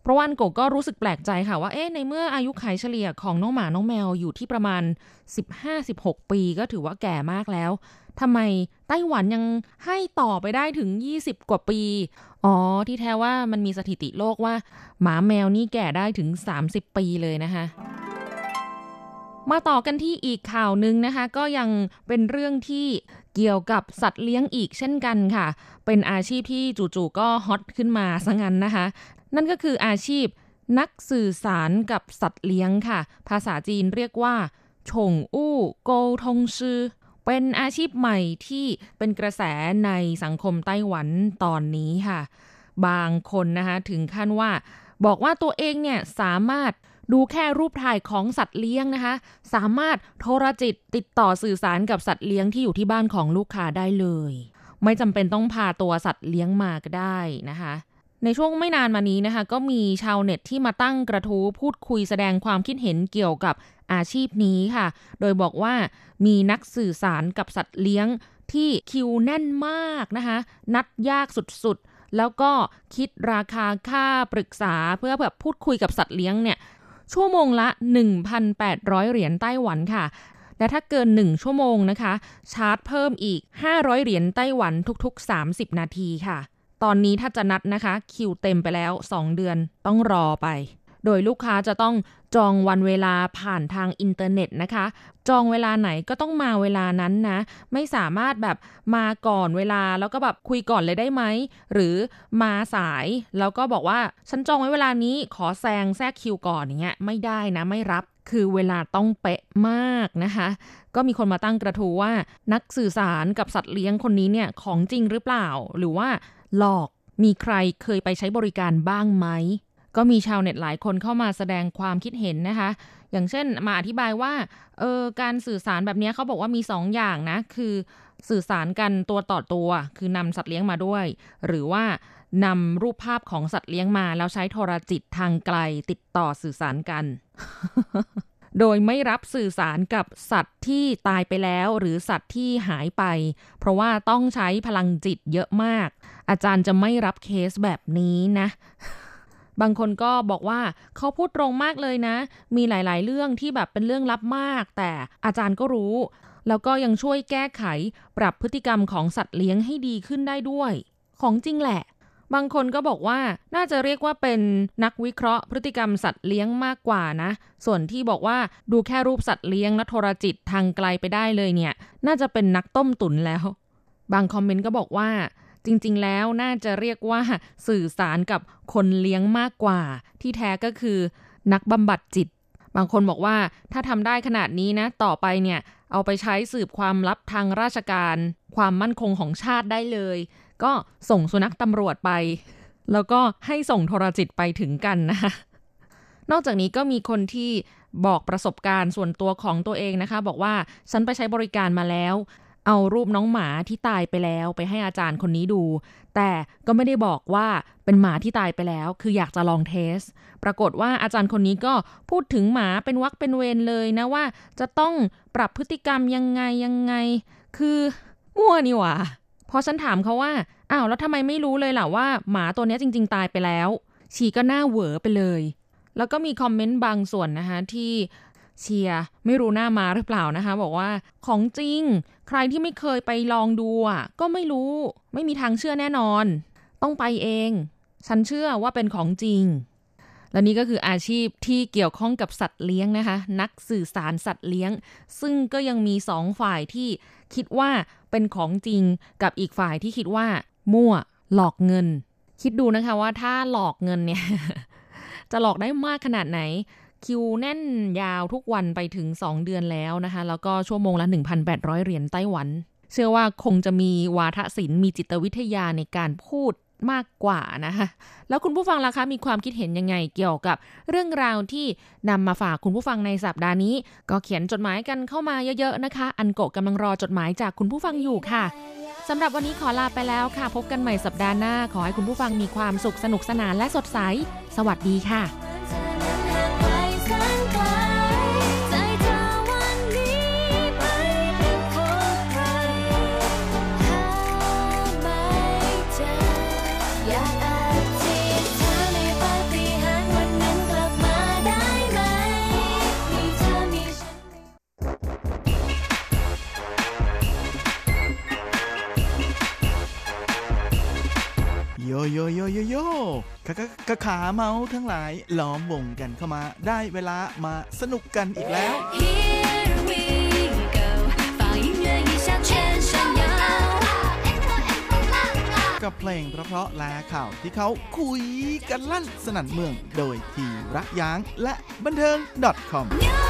เพราะว่าอันโกก็รู้สึกแปลกใจค่ะว่าเอ๊ะในเมื่ออายุขัยเฉลี่ยของน้องหมาน้องแมวอยู่ที่ประมาณ สิบห้าถึงสิบหก ปีก็ถือว่าแก่มากแล้วทำไมไต้หวันยังให้ต่อไปได้ถึงยี่สิบกว่าปีอ๋อที่แท้ว่ามันมีสถิติโลกว่าหมาแมวนี่แก่ได้ถึงสามสิบปีเลยนะคะมาต่อกันที่อีกข่าวนึงนะคะก็ยังเป็นเรื่องที่เกี่ยวกับสัตว์เลี้ยงอีกเช่นกันค่ะเป็นอาชีพที่จู่ๆก็ฮอตขึ้นมาซะงั้นนะคะนั่นก็คืออาชีพนักสื่อสารกับสัตว์เลี้ยงค่ะภาษาจีนเรียกว่าฉงอู้โกทงชื่อเป็นอาชีพใหม่ที่เป็นกระแสในสังคมไต้หวันตอนนี้ค่ะบางคนนะคะถึงขั้นว่าบอกว่าตัวเองเนี่ยสามารถดูแค่รูปถ่ายของสัตว์เลี้ยงนะคะสามารถโทรจิตติดต่อสื่อสารกับสัตว์เลี้ยงที่อยู่ที่บ้านของลูกค้าได้เลยไม่จำเป็นต้องพาตัวสัตว์เลี้ยงมาก็ได้นะคะในช่วงไม่นานมานี้นะคะก็มีชาวเน็ตที่มาตั้งกระทู้พูดคุยแสดงความคิดเห็นเกี่ยวกับอาชีพนี้ค่ะโดยบอกว่ามีนักสื่อสารกับสัตว์เลี้ยงที่คิวแน่นมากนะคะนัดยากสุดๆแล้วก็คิดราคาค่าปรึกษาเพื่อแบบพูดคุยกับสัตว์เลี้ยงเนี่ยชั่วโมงละ หนึ่งพันแปดร้อย เหรียญไต้หวันค่ะและถ้าเกินหนึ่งชั่วโมงนะคะชาร์จเพิ่มอีกห้าร้อยเหรียญไต้หวันทุกๆสามสิบนาทีค่ะตอนนี้ถ้าจะนัดนะคะคิวเต็มไปแล้วสองเดือนต้องรอไปโดยลูกค้าจะต้องจองวันเวลาผ่านทางอินเทอร์เน็ตนะคะจองเวลาไหนก็ต้องมาเวลานั้นนะไม่สามารถแบบมาก่อนเวลาแล้วก็แบบคุยก่อนเลยได้ไหมหรือมาสายแล้วก็บอกว่าฉันจองไว้เวลานี้ขอแซงแทรกคิวก่อนอย่างเงี้ยไม่ได้นะไม่รับคือเวลาต้องเป๊ะมากนะคะก็มีคนมาตั้งกระทู้ว่านักสื่อสารกับสัตว์เลี้ยงคนนี้เนี่ยของจริงหรือเปล่าหรือว่าหลอกมีใครเคยไปใช้บริการบ้างไหมก็มีชาวเน็ตหลายคนเข้ามาแสดงความคิดเห็นนะคะอย่างเช่นมาอธิบายว่าเออการสื่อสารแบบนี้เขาบอกว่ามีสองอย่างนะคือสื่อสารกันตัวต่อตัวคือนำสัตว์เลี้ยงมาด้วยหรือว่านำรูปภาพของสัตว์เลี้ยงมาแล้วใช้โทรจิตทางไกลติดต่อสื่อสารกัน โดยไม่รับสื่อสารกับสัตว์ที่ตายไปแล้วหรือสัตว์ที่หายไปเพราะว่าต้องใช้พลังจิตเยอะมากอาจารย์จะไม่รับเคสแบบนี้นะบางคนก็บอกว่าเขาพูดตรงมากเลยนะมีหลายๆเรื่องที่แบบเป็นเรื่องลับมากแต่อาจารย์ก็รู้แล้วก็ยังช่วยแก้ไขปรับพฤติกรรมของสัตว์เลี้ยงให้ดีขึ้นได้ด้วยของจริงแหละบางคนก็บอกว่าน่าจะเรียกว่าเป็นนักวิเคราะห์พฤติกรรมสัตว์เลี้ยงมากกว่านะส่วนที่บอกว่าดูแค่รูปสัตว์เลี้ยงและโทรจิตทางไกลไปได้เลยเนี่ยน่าจะเป็นนักต้มตุ๋นแล้วบางคอมเมนต์ก็บอกว่าจริงๆแล้วน่าจะเรียกว่าสื่อสารกับคนเลี้ยงมากกว่าที่แท้ก็คือนักบำบัดจิตบางคนบอกว่าถ้าทำได้ขนาดนี้นะต่อไปเนี่ยเอาไปใช้สืบความลับทางราชการความมั่นคงของชาติได้เลยก็ส่งสุนัขตำรวจไปแล้วก็ให้ส่งโทรจิตไปถึงกันนะคะนอกจากนี้ก็มีคนที่บอกประสบการณ์ส่วนตัวของตัวเองนะคะบอกว่าฉันไปใช้บริการมาแล้วเอารูปน้องหมาที่ตายไปแล้วไปให้อาจารย์คนนี้ดูแต่ก็ไม่ได้บอกว่าเป็นหมาที่ตายไปแล้วคืออยากจะลองเทสปรากฏว่าอาจารย์คนนี้ก็พูดถึงหมาเป็นวรรคเป็นเวรเลยนะว่าจะต้องปรับพฤติกรรมยังไงยังไงคือมั่วนี่หว่าพอฉันถามเขาว่าอ้าวแล้วทำไมไม่รู้เลยล่ะว่าหมาตัวนี้จริงๆตายไปแล้วชีก็หน้าเหวอไปเลยแล้วก็มีคอมเมนต์บางส่วนนะคะที่เชียร์ไม่รู้หน้ามาหรือเปล่านะคะบอกว่าของจริงใครที่ไม่เคยไปลองดูอ่ะก็ไม่รู้ไม่มีทางเชื่อแน่นอนต้องไปเองฉันเชื่อว่าเป็นของจริงและนี่ก็คืออาชีพที่เกี่ยวข้องกับสัตว์เลี้ยงนะคะนักสื่อสารสัตว์เลี้ยงซึ่งก็ยังมีสองฝ่ายที่คิดว่าเป็นของจริงกับอีกฝ่ายที่คิดว่ามั่วหลอกเงินคิดดูนะคะว่าถ้าหลอกเงินเนี่ย จะหลอกได้มากขนาดไหนคิวแน่นยาวทุกวันไปถึงสองเดือนแล้วนะคะแล้วก็ชั่วโมงละ หนึ่งพันแปดร้อย เหรียญไต้หวันเชื่อว่าคงจะมีวาทศิลป์มีจิตวิทยาในการพูดมากกว่านะคะแล้วคุณผู้ฟังล่ะคะมีความคิดเห็นยังไงเกี่ยวกับเรื่องราวที่นำมาฝากคุณผู้ฟังในสัปดาห์นี้ก็เขียนจดหมายกันเข้ามาเยอะๆนะคะอันโกะกำลังรอจดหมายจากคุณผู้ฟังอยู่ค่ะสำหรับวันนี้ขอลาไปแล้วค่ะพบกันใหม่สัปดาห์หน้าขอให้คุณผู้ฟังมีความสุขสนุกสนานและสดใสสวัสดีค่ะอยากอธิษฐานในปาฏิหาโยโยโยโยโยขาขาเมาทั้งหลายล้อมวงกันเข้ามาได้เวลามาสนุกกันอีกแล้วกับเพลงเพราะๆและข่าวที่เขาคุยกันลั่นสนั่นเมืองโดยทีระยางและบันเทิง .com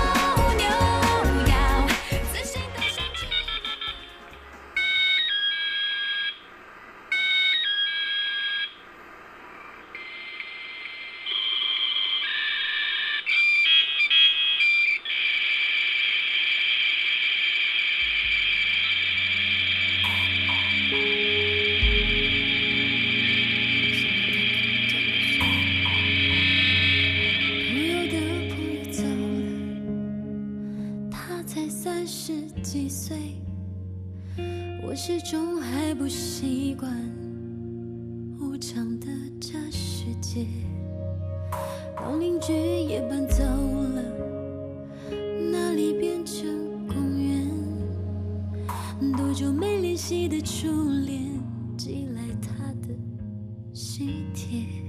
我始终还不习惯无常的这世界，老邻居也搬走了，那里变成公园，多久没联系的初恋寄来他的喜帖，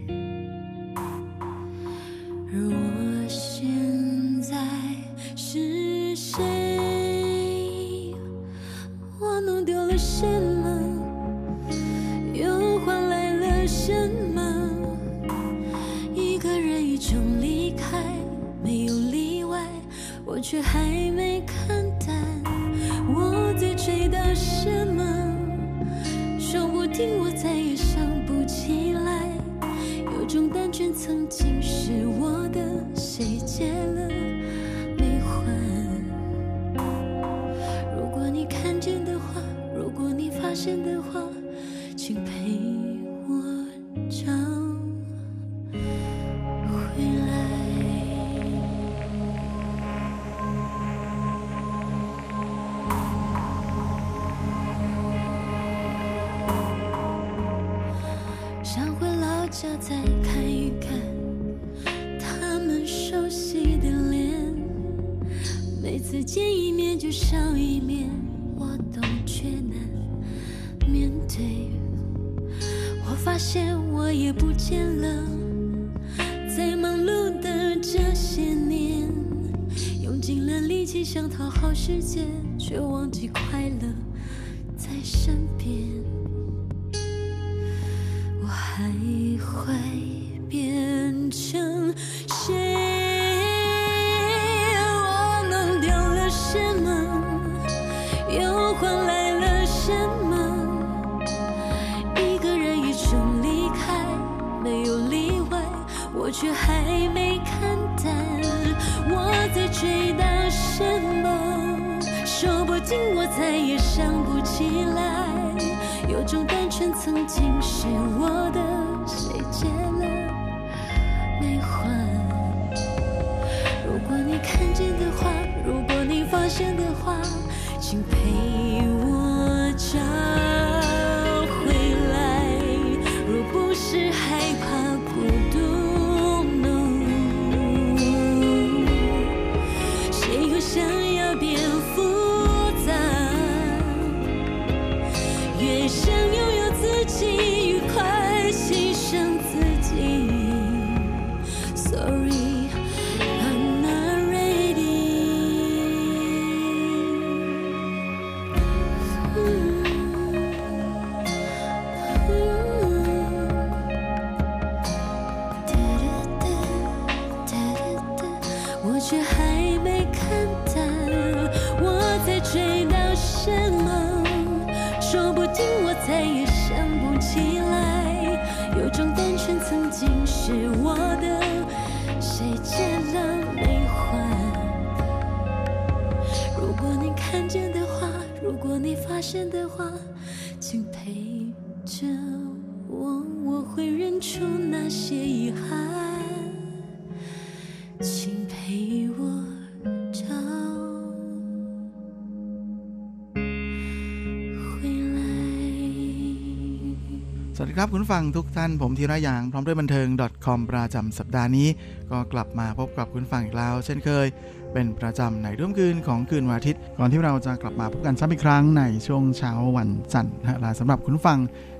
而我现在是谁？我弄丢了什么，又换来了什么？一个人一种离开，没有例外，我却还没看淡。我在追到什么？说不定我再也想不起来。有种单纯曾经是我的，谁借了没还？如果你看见的话，如果你发现的话，请陪我找回来。想回老家再看一看他们熟悉的脸，每次见一面就少一面，我都却难面对。我发现我也不见了，在忙碌的这些年，用尽了力气想讨好世界，却忘记快乐在身边。我还会变成谁？我弄丢了什么，又换来了什么？一个人一种离开，没有例外，我却还没看淡。我在追到什么？说不定我再也想不起来。有种单纯曾经是我的，谁借了没还？如果你看见的话，如果你发现的话，请陪我找回来。若不是害怕孤独 no， 谁又想要变复杂？越想拥有自己，越快牺牲自己。Sorry， I'm not ready。嗯嗯、哒哒哒哒哒哒，我却还没看淡。我在追到什么？说不定我再也想不起来。有种单纯曾经是我的，谁借了没还？如果你看见的话，如果你发现的话，请陪着我，我会认出那些遗憾，请陪我找สวัสดีครับคุณฟังทุกท่านผมธีระยางพร้อมด้วยบันเทิง .com ประจำสัปดาห์นี้ก็กลับมาพบกับคุณฟังอีกแล้วเช่นเคยเป็นประจำในรุ่มคืนของคืนวันอาทิตย์ก่อนที่เราจะกลับมาพบกันซ้ำอีกครั้งในช่วงเช้าวันจันทร์และสำหรับคุณฟัง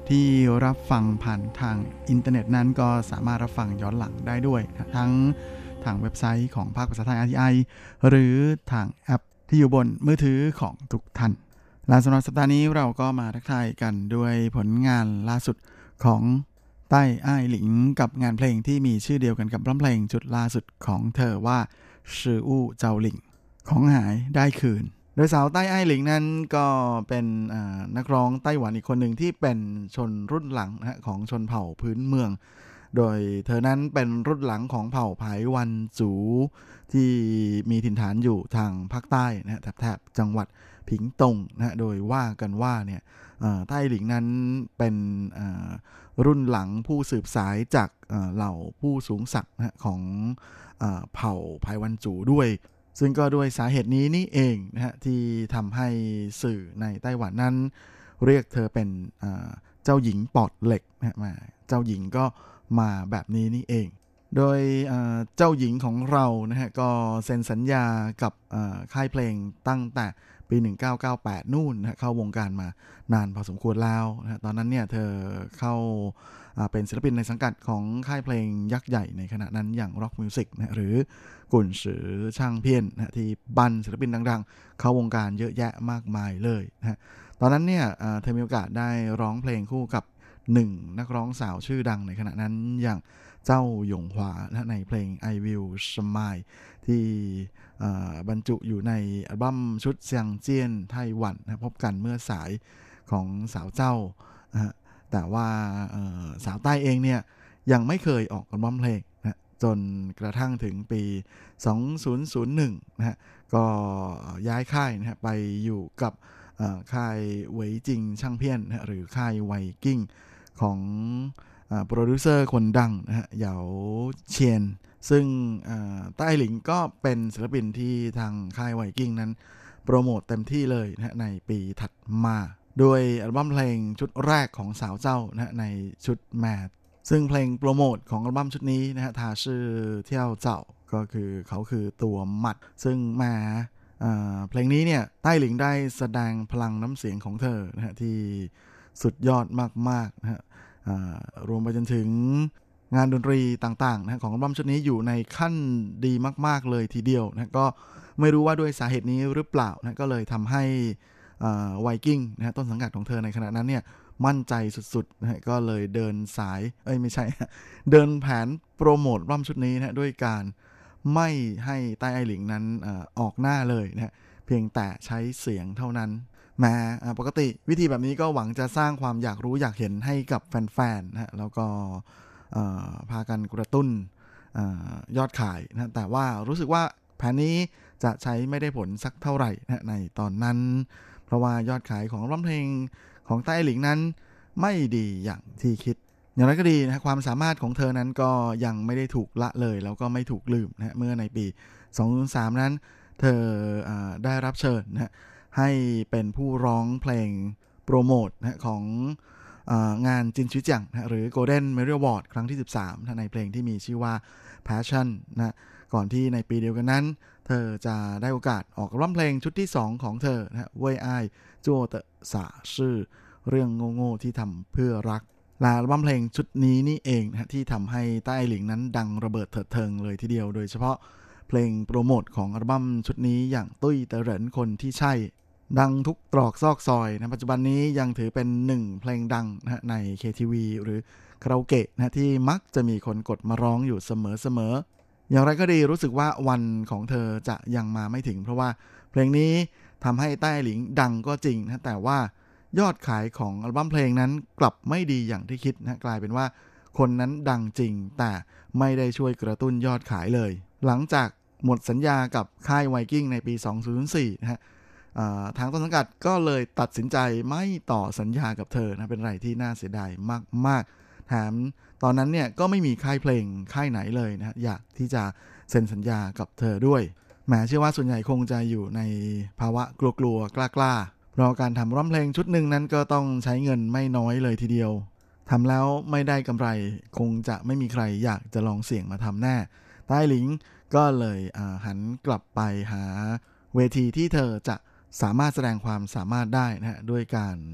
ที่รับฟังผ่านทางอินเทอร์เน็ตนั้นก็สามารถรับฟังย้อนหลังได้ด้วยทั้งทางเว็บไซต์ของภาคภาษาไทย อาร์ ที ไอ หรือทางแอปที่อยู่บนมือถือของทุกท่านและสำหรับสัปดาห์นี้เราก็มาทักทายกันด้วยผลงานล่าสุดของใต้อ้ายหลิงกับงานเพลงที่มีชื่อเดียวกันกับร้องเพลงชุดล่าสุดของเธอว่าชื่ออู้เจ้าหลิงของหายได้คืนโดยสาวใต้อ้ายหลิงนั้นก็เป็นนักร้องไต้หวันอีกคนหนึ่งที่เป็นชนรุ่นหลังนะของชนเผ่าพื้นเมืองโดยเธอนั้นเป็นรุ่นหลังของเผ่าไผวันจูที่มีถิ่นฐานอยู่ทางภาคใต้นะแถบๆจังหวัดผิงตงนะโดยว่ากันว่าเนี่ยใต้หลิงนั้นเป็นรุ่นหลังผู้สืบสายจากเหล่าผู้สูงศักดิ์นะของเผ่าไผวันจูด้วยซึ่งก็ด้วยสาเหตุนี้นี่เองนะฮะที่ทำให้สื่อในไต้หวันนั้นเรียกเธอเป็นเจ้าหญิงปอดเหล็กนะมาเจ้าหญิงก็มาแบบนี้นี่เองโดยเจ้าหญิงของเรานะฮะก็เซ็นสัญญากับค่ายเพลงตั้งแต่ปีหนึ่งเก้าเก้าแปดนู่นนะเข้าวงการมานานพอสมควรแล้วนะตอนนั้นเนี่ยเธอเข้าเป็นศิลปินในสังกัดของค่ายเพลงยักษ์ใหญ่ในขณะนั้นอย่าง Rock Music นะหรือกุ่นสือช่างเพี้ยนนะที่บันศิลปินดังๆเข้าวงการเยอะแยะมากมายเลยนะตอนนั้นเนี่ยเธอมีโอกาสได้ร้องเพลงคู่กับหนึ่งนักร้องสาวชื่อดังในขณะนั้นอย่างเจ้าหยงหวานะในเพลง I Will Smile ที่บรรจุอยู่ในอัลบั้มชุดเซียงเจี้ยนไต้หวันนะพบกันเมื่อสายของสาวเจ้านะแต่ว่าสาวใต้เองเนี่ยยังไม่เคยออกอัลบั้มเพลงนะจนกระทั่งถึงปีสองพันหนึ่งนะฮะก็ย้ายค่ายนะฮะไปอยู่กับค่ายเหวยจิงช่างเพี้ยนนะหรือค่ายไวกิ้งของโปรดิวเซอร์คนดังนะฮะเหยาเชียนซึ่งใต้หลิงก็เป็นศิลปินที่ทางค่ายไวกิ้งนั้นโปรโมทเต็มที่เลยนะในปีถัดมาโดยอัลบั้มเพลงชุดแรกของสาวเจ้านะในชุดแมทซึ่งเพลงโปรโมทของอัลบั้มชุดนี้นะฮะทาชื่อเที่ยวเจ้าก็คือเขาคือตัวหมัดซึ่งมาเพลงนี้เนี่ยใต้หลิงได้แสดงพลังน้ำเสียงของเธอนะฮะที่สุดยอดมากๆนะฮะรวมไปจนถึงงานดนตรีต่างๆนะของอัลบั้มชุดนี้อยู่ในขั้นดีมากๆเลยทีเดียวนะก็ไม่รู้ว่าด้วยสาเหตุนี้หรือเปล่านะก็เลยทำให้ไวกิ้งนะฮะต้นสังกัดของเธอในขณะนั้นเนี่ยมั่นใจสุดๆนะฮะก็เลยเดินสายเอ้ยไม่ใช่เดินแผนโปรโมทอัลบั้มชุดนี้นะด้วยการไม่ให้ใต้ไอ้หลิงนั้นออกหน้าเลยนะฮะเพียงแต่ใช้เสียงเท่านั้นแม้ปกติวิธีแบบนี้ก็หวังจะสร้างความอยากรู้อยากเห็นให้กับแฟนๆนะฮะแล้วก็พากันกระตุ้นยอดขายนะแต่ว่ารู้สึกว่าแผนนี้จะใช้ไม่ได้ผลสักเท่าไหร่นะในตอนนั้นเพราะว่ายอดขายของร้องเพลงของใต้หลิงนั้นไม่ดีอย่างที่คิดอย่างไรก็ดีนะความสามารถของเธอนั้นก็ยังไม่ได้ถูกละเลยแล้วก็ไม่ถูกลืมนะเมื่อในปีสองพันสามนั้นเธอได้รับเชิญนะให้เป็นผู้ร้องเพลงโปรโมทนะของงานจินชิจังนะหรือ Golden Merit Award ครั้งที่สิบสามนะในเพลงที่มีชื่อว่า Passion นะก่อนที่ในปีเดียวกันนั้นเธอจะได้โอกาสออกร้องเพลงชุดที่สองของเธอนะเว่ยอ้ายจั่วเตะสาชื่อเรื่องโง่ๆที่ทำเพื่อรักและอัลบั้มเพลงชุดนี้นี่เองนะที่ทำให้ใต้หลิงนั้นดังระเบิดเถิดเทิงเลยทีเดียวโดยเฉพาะเพลงโปรโมทของอัลบั้มชุดนี้อย่างตุ้ยเต๋อเหรินคนที่ใช่ดังทุกตรอกซอกซอยนะปัจจุบันนี้ยังถือเป็นหนึ่งเพลงดังนะใน เค ที วี หรือคาราโอเกะนะที่มักจะมีคนกดมาร้องอยู่เสมอๆอย่างไรก็ดีรู้สึกว่าวันของเธอจะยังมาไม่ถึงเพราะว่าเพลงนี้ทำให้ใต้หลิงดังก็จริงนะแต่ว่ายอดขายของอัลบั้มเพลงนั้นกลับไม่ดีอย่างที่คิดนะกลายเป็นว่าคนนั้นดังจริงแต่ไม่ได้ช่วยกระตุ้นยอดขายเลยหลังจากหมดสัญญากับค่ายไวกิ้งในปีสองพันสี่นะฮะทางต้นสังกัดก็เลยตัดสินใจไม่ต่อสัญญากับเธอนะเป็นอะไรที่น่าเสียดายมากๆแถมตอนนั้นเนี่ยก็ไม่มีค่ายเพลงค่ายไหนเลยนะอยากที่จะเซ็นสัญญากับเธอด้วยแหมเชื่อว่าส่วนใหญ่คงจะอยู่ในภาวะกลัวๆกล้าๆเพราะการทำร้องเพลงชุดหนึ่งนั้นก็ต้องใช้เงินไม่น้อยเลยทีเดียวทำแล้วไม่ได้กำไรคงจะไม่มีใครอยากจะลองเสี่ยงมาทำแน่ใต้หลิงก็เลยหันกลับไปหาเวทีที่เธอจะสามารถแสดงความสามารถได้นะฮะด้วยการ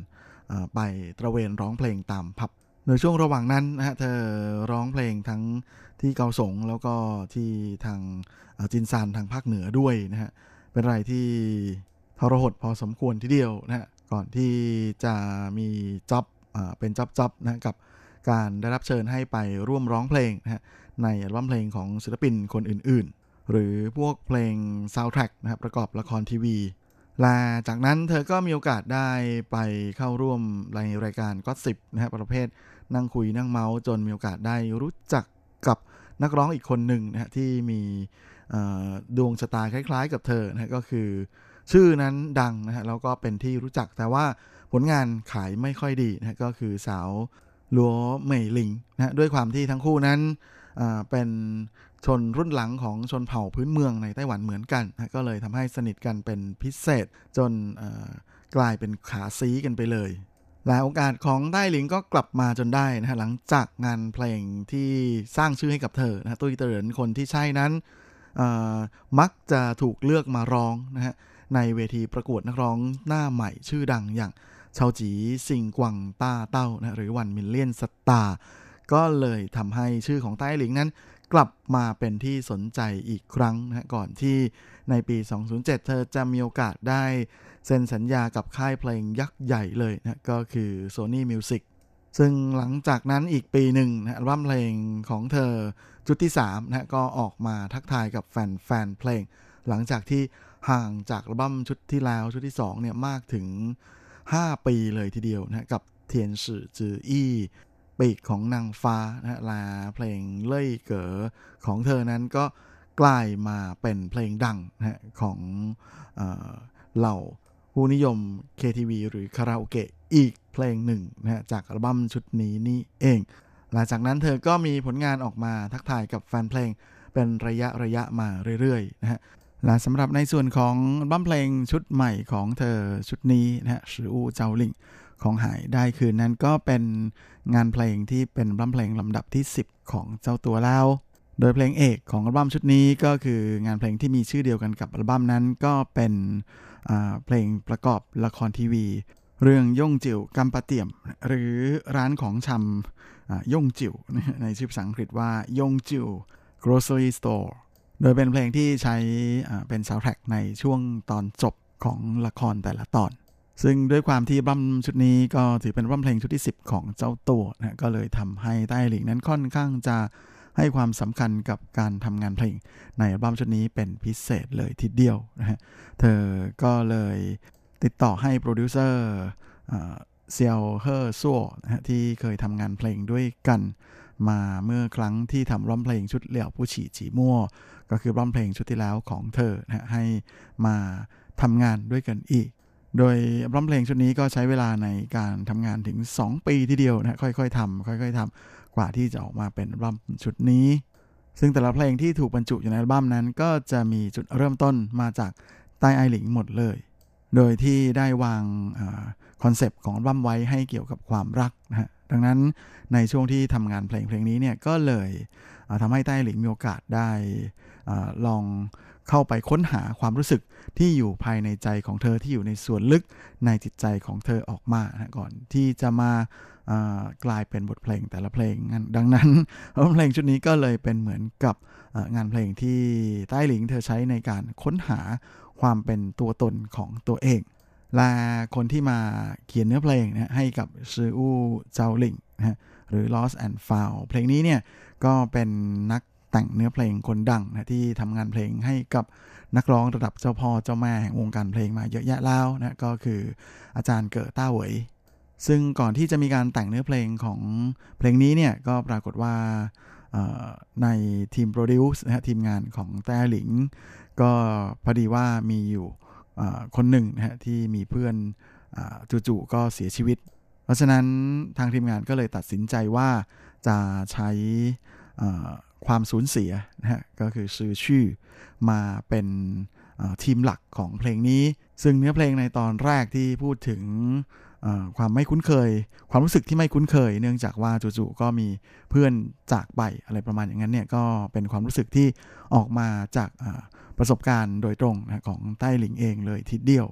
ไปตระเวนร้องเพลงตามผับโดยช่วงระหว่างนั้นนะฮะเธอร้องเพลงทั้งที่เกาสงแล้วก็ที่ทางจินซานทางภาคเหนือด้วยนะฮะเป็นอะไรที่ทรหดพอสมควรทีเดียวนะฮะก่อนที่จะมีจ็อบเป็นจ็อบจ็อบนะกับการได้รับเชิญให้ไปร่วมร้องเพลงนะฮะในอัลบั้มเพลงของศิลปินคนอื่นๆหรือพวกเพลงซาวด์แทร็กนะครับประกอบละครทีวีและจากนั้นเธอก็มีโอกาสได้ไปเข้าร่วมในรายการก็อตสิบนะฮะประเภทนั่งคุยนั่งเมาส์จนมีโอกาสได้รู้จักกับนักร้องอีกคนหนึ่งนะฮะที่มีดวงชะตาคล้ายๆกับเธอนะฮะก็คือชื่อนั้นดังนะฮะแล้วก็เป็นที่รู้จักแต่ว่าผลงานขายไม่ค่อยดีนะฮะก็คือสาวลัวเหมยหลิงนะฮะด้วยความที่ทั้งคู่นั้นเป็นชนรุ่นหลังของชนเผ่าพื้นเมืองในไต้หวันเหมือนกันนะก็เลยทำให้สนิทกันเป็นพิเศษจนกลายเป็นขาซี้กันไปเลยและโอกาสของไต้หลิงก็กลับมาจนได้นะฮะหลังจากงานเพลงที่สร้างชื่อให้กับเธอนะตุ้ยเต๋อคนที่ใช่นั้นมักจะถูกเลือกมาร้องนะฮะในเวทีประกวดนักร้องหน้าใหม่ชื่อดังอย่างเฉาจีซิงกวังต้าเต้านะหรือวันมิลเลียนสตาร์ก็เลยทำให้ชื่อของไต้หลิงนั้นกลับมาเป็นที่สนใจอีกครั้งนะก่อนที่ในปีสองพันเจ็ดเธอจะมีโอกาสได้เซ็นสัญญากับค่ายเพลงยักษ์ใหญ่เลยนะก็คือ Sony Music ซึ่งหลังจากนั้นอีกปีหนึ่งนะอัลบั้มเพลงของเธอชุดที่สามนะก็ออกมาทักทายกับแฟนแฟนเพลงหลังจากที่ห่างจากอัลบั้มชุดที่แล้วชุดที่สองเนี่ยมากถึงห้าปีเลยทีเดียวนะกับเทียนสื่อจืออี้ปีกของนางฟ้านะลาเพลงเล่ยเก๋อของเธอนั้นก็กลายมาเป็นเพลงดังนะของเอ่อเหล่าผู้นิยม เค ที วี หรือคาราโอเกะอีกเพลงหนึ่งนะจากอัลบั้มชุดนี้นี่เองหลังจากนั้นเธอก็มีผลงานออกมาทักทายกับแฟนเพลงเป็นระยะระยะมาเรื่อยๆนะฮะและสำหรับในส่วนของอัลบั้มเพลงชุดใหม่ของเธอชุดนี้นะฮะชื่ออู่เจ้าหลิงของหายได้คืนนั้นก็เป็นงานเพลงที่เป็นอัลบั้มเพลงลำดับที่สิบของเจ้าตัวแล้วโดยเพลงเอกของอัลบั้มชุดนี้ก็คืองานเพลงที่มีชื่อเดียวกันกับอัลบั้มนั้นก็เป็นเพลงประกอบละครทีวีเรื่องย่งจิ๋วกัมปะเตี่ยมหรือร้านของชำย่งจิ๋วในชื่อภาษาอังกฤษว่าย่งจิ๋ว grocery store โดยเป็นเพลงที่ใช้เป็นซาวด์แทร็กในช่วงตอนจบของละครแต่ละตอนซึ่งด้วยความที่อัลบั้มชุดนี้ก็ถือเป็นอัลบั้มเพลงชุดที่สิบของเจ้าตัวนะก็เลยทำให้ไต้หลิงนั้นค่อนข้างจะให้ความสำคัญกับการทำงานเพลงในอัลบั้มชุดนี้เป็นพิเศษเลยทีเดียวนะฮะเธอก็เลยติดต่อให้โปรดิวเซอร์เซียวเฮอซั่วนะฮะที่เคยทำงานเพลงด้วยกันมาเมื่อครั้งที่ทำอัลบั้มเพลงชุดเหลี่ยวผู้ฉี่จีมั่วก็คืออัลบั้มเพลงชุดที่แล้วของเธอนะฮะให้มาทำงานด้วยกันอีกโดยอัลบั้มเพลงชุดนี้ก็ใช้เวลาในการทำงานถึงสองปีทีเดียวนะค่อยๆทำค่อยๆทำกว่าที่จะออกมาเป็นอัลบั้มชุดนี้ซึ่งแต่ละเพลงที่ถูกบรรจุอยู่ในอัลบั้มนั้นก็จะมีจุดเริ่มต้นมาจากไต้ไอหลิงหมดเลยโดยที่ได้วางคอนเซปต์ของอัลบั้มไว้ให้เกี่ยวกับความรักนะฮะดังนั้นในช่วงที่ทำงานเพลงเพลงนี้เนี่ยก็เลยทำให้ไต้หลิงมีโอกาสได้ลองเข้าไปค้นหาความรู้สึกที่อยู่ภายในใจของเธอที่อยู่ในส่วนลึกในจิตใจของเธอออกมานะก่อนที่จะมากลายเป็นบทเพลงแต่ละเพลงดังนั้นเพลงชุดนี้ก็เลยเป็นเหมือนกับงานเพลงที่ไต้หลิงเธอใช้ในการค้นหาความเป็นตัวตนของตัวเองและคนที่มาเขียนเนื้อเพลงนะให้กับชื่ออู่เจ้าหลิงนะหรือ Lost and Found เพลงนี้เนี่ยก็เป็นนักแต่งเนื้อเพลงคนดังนะที่ทำงานเพลงให้กับนักร้องระดับเจ้าพ่อเจ้าแม่แห่งวงการเพลงมาเยอะแยะแล้วนะก็คืออาจารย์เก๋อต้าเหวยซึ่งก่อนที่จะมีการแต่งเนื้อเพลงของเพลงนี้เนี่ยก็ปรากฏว่าในทีมโปรดิวซ์นะฮะทีมงานของแต้หลิงก็พอดีว่ามีอยู่คนหนึ่งนะฮะที่มีเพื่อนจู่ๆก็เสียชีวิตเพราะฉะนั้นทางทีมงานก็เลยตัดสินใจว่าจะใช้ความสูญเสียนะฮะก็คือชื่อชื่อมาเป็นทีมหลักของเพลงนี้ซึ่งเนื้อเพลงในตอนแรกที่พูดถึงความไม่คุ้นเคยความรู้สึกที่ไม่คุ้นเคยเนื่องจากว่าจู่ๆก็มีเพื่อนจากไปอะไรประมาณอย่างนั้นเนี่ยก็เป็นความรู้สึกที่ออกมาจากประสบการณ์โดยตรงนะของไต้หลิงเองเลยทีเดียว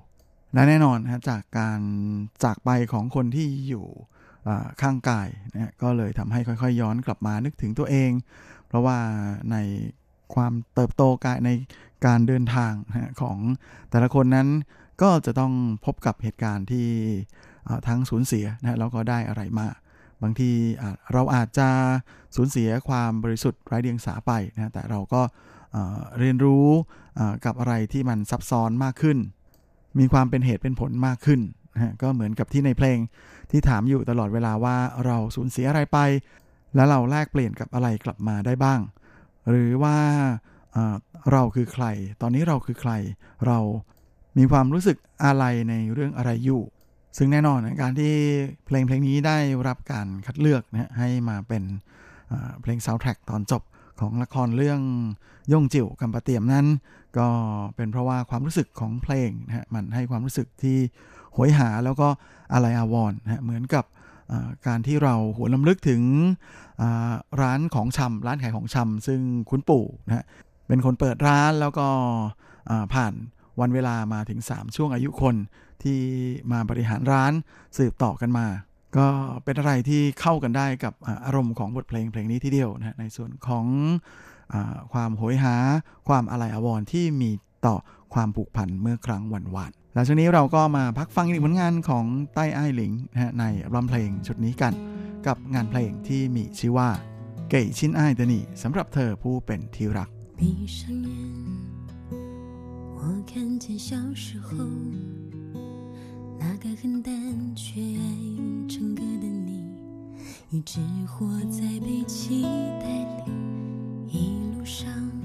และแน่นอนนะจากการจากไปของคนที่อยู่ข้างกายนะก็เลยทำให้ค่อยๆย้อนกลับมานึกถึงตัวเองเพราะว่าในความเติบโตกายในการเดินทางนะของแต่ละคนนั้นก็จะต้องพบกับเหตุการณ์ที่ทั้งสูญเสียนะแล้วก็ได้อะไรมาบางทีเราอาจจะสูญเสียความบริสุทธิ์ไร้เดียงสาไปนะแต่เราก็เรียนรู้กับอะไรที่มันซับซ้อนมากขึ้นมีความเป็นเหตุเป็นผลมากขึ้นนะก็เหมือนกับที่ในเพลงที่ถามอยู่ตลอดเวลาว่าเราสูญเสียอะไรไปแล้วเราแลกเปลี่ยนกับอะไรกลับมาได้บ้างหรือว่าเราคือใครตอนนี้เราคือใครเรามีความรู้สึกอะไรในเรื่องอะไรอยู่ซึ่งแน่นอนนะการที่เพลงเพลงนี้ได้รับการคัดเลือกนะให้มาเป็นเพลงซาวด์แทร็กตอนจบของละครเรื่องย่งจิ๋วกำปะเตียมนั้นก็เป็นเพราะว่าความรู้สึกของเพลงนะฮะมันให้ความรู้สึกที่โหยหาแล้วก็อะไรอาวรณ์นะเหมือนกับการที่เราหวนรำลึกถึงร้านของชำร้านขายของชำซึ่งคุณปู่นะเป็นคนเปิดร้านแล้วก็ผ่านวันเวลามาถึงสามช่วงอายุคนที่มาบริหารร้านสืบต่อกันมาก็เป็นอะไรที่เข้ากันได้กับอารมณ์ของบทเพลงเพลงนี้ทีเดียวนะในส่วนของความโหยหาความอะไรอาวรณ์ที่มีต่อความผูกพันเมื่อครั้งวันวานแล้วช่วงนี้เราก็มาพักฟังอีกผลงานของใต้อ้ายหลิงนะในอัลบั้มเพลงชุดนี้กันกับงานเพลงที่มีชื่อว่าเก่ชินอ้ายเดนี่สำหรับเธอผู้เป็นที่รัก闭上眼我看见小时候那个很单却爱唱歌的你一直活在被期待里一路上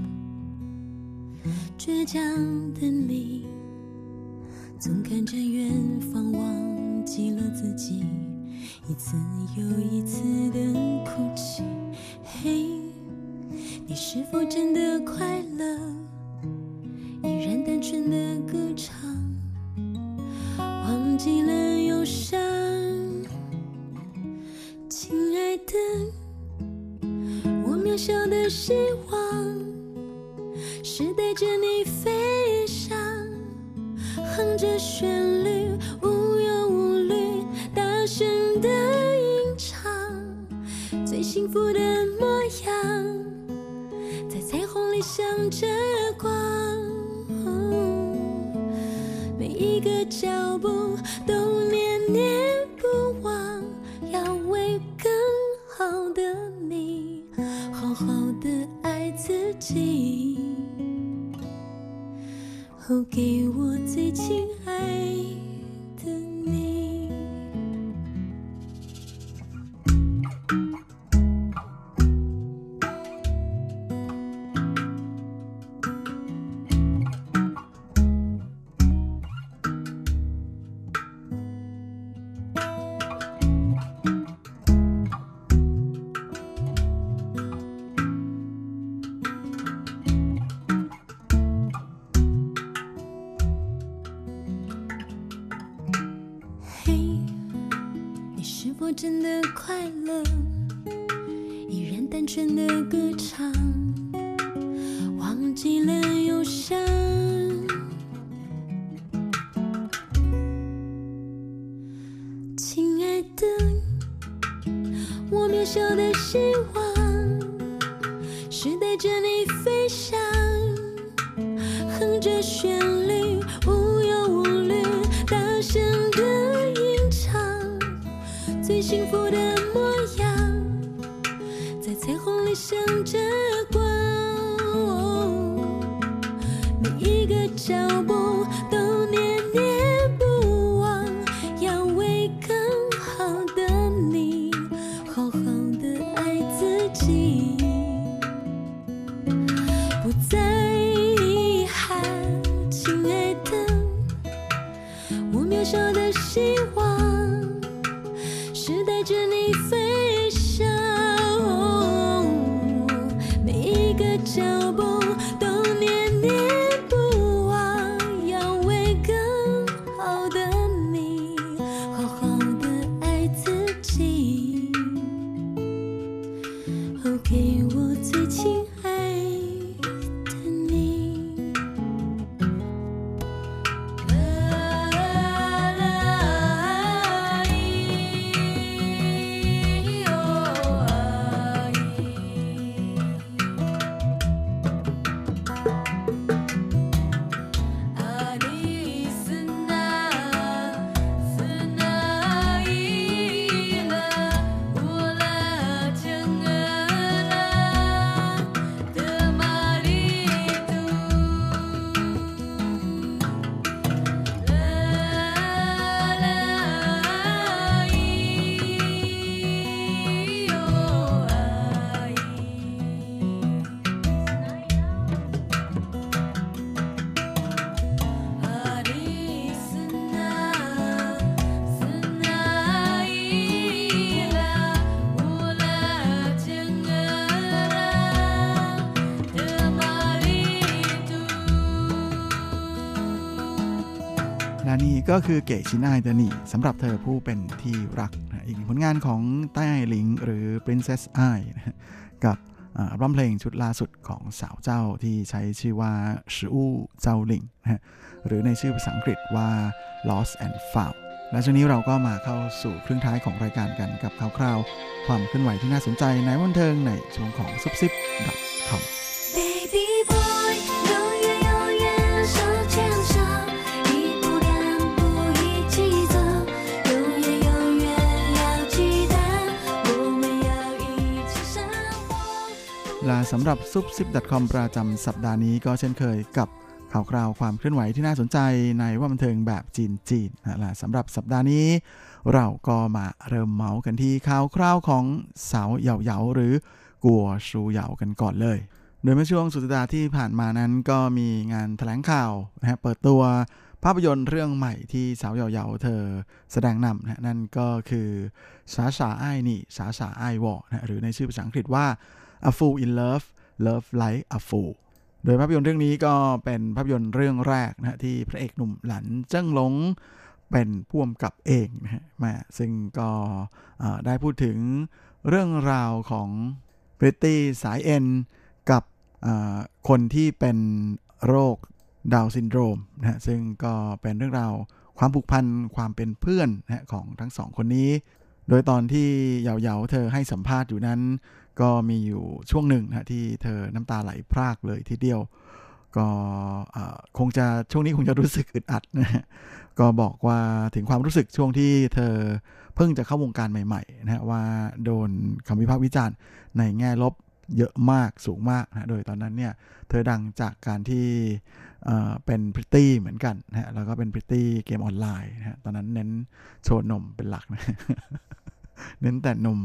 倔强的你总看着远方忘记了自己一次又一次的哭泣嘿你是否真的快乐依然单纯的歌唱忘记了忧伤亲爱的我渺小的希望是带着你飞翔哼着旋律无忧无虑大声的吟唱最幸福的模样在彩虹里向着光每一个脚步都念念不忘要为更好的你好好的爱自己哦给我最亲爱的你真的快乐依然单纯的歌唱忘记了忧伤亲爱的我渺小的希望是带着你飞翔哼着旋律无忧无虑大声的吟唱最幸福的模样在彩虹里向着光每一个脚步都念念不忘要为更好的你好好的爱自己不再遗憾亲爱的我渺小的希望是带着你飞翔每一个脚步都念念不忘要为更好的你好好的爱自己哦给我最亲爱的你啦啦ก็คือเก๋ชินไอเดนี่สำหรับเธอผู้เป็นที่รักนะอีกหนึ่งผลงานของไต้หลิงหรือ Princess I นะกับอัลบั้มเพลงชุดล่าสุดของสาวเจ้าที่ใช้ชื่อว่าชื่ออู้เจ้าหลิงนะหรือในชื่อภาษาอังกฤษว่า Lost and Found และช่วงนี้เราก็มาเข้าสู่ครึ่งท้ายของรายการกันกับข่าวคราวความเคลื่อนไหวที่น่าสนใจในวันเทิงในช่วงของ ซุปซิป ดอท คอมและสำหรับ ซุปซิป ดอท คอม ประจำสัปดาห์นี้ก็เช่นเคยกับข่าวคราวความเคลื่อนไหวที่น่าสนใจในว่าบันเทิงแบบจีนๆนะและสำหรับสัปดาห์นี้เราก็มาเริ่มเมาส์กันที่ข่าวคราวของสาวเหย่าๆหรือกัวชูเหย่ากันก่อนเลยโดยเมื่อช่วงสุดสัปดาห์ที่ผ่านมานั้นก็มีงานแถลงข่าวนะฮะเปิดตัวภาพยนตร์เรื่องใหม่ที่สาวเหย่าๆเธอแสดงนำนะนั่นก็คือสาสาอ้ายนี่สาสาอ้ายวอนะหรือในชื่อภาษาอังกฤษว่าA Fool in Love Love Like a Fool โดยภาพยนตร์เรื่องนี้ก็เป็นภาพยนตร์เรื่องแรกนะที่พระเอกหนุ่มหลันเจิ้งหลงเป็นผู้กำกับเองนะฮะมาซึ่งก็ได้พูดถึงเรื่องราวของพริตตี้สายเอ็นกับคนที่เป็นโรคดาวน์ซินโดรมนะซึ่งก็เป็นเรื่องราวความผูกพันความเป็นเพื่อนนะของทั้งสองคนนี้โดยตอนที่เหยาๆเธอให้สัมภาษณ์อยู่นั้นก็มีอยู่ช่วงหนึ่งนะที่เธอน้ำตาไหลพรากเลยทีเดียวก็คงจะช่วงนี้คงจะรู้สึกอึดอัดนะฮะก็บอกว่าถึงความรู้สึกช่วงที่เธอเพิ่งจะเข้าวงการใหม่ๆนะว่าโดนคำวิพากษ์วิจารณ์ในแง่ลบเยอะมากสูงมากนะโดยตอนนั้นเนี่ยเธอดังจากการที่เป็นพริตตี้เหมือนกันนะแล้วก็เป็นพริตตี้เกมออนไลน์นะตอนนั้นเน้นโชว์นมเป็นหลักนะเน้นแต่นม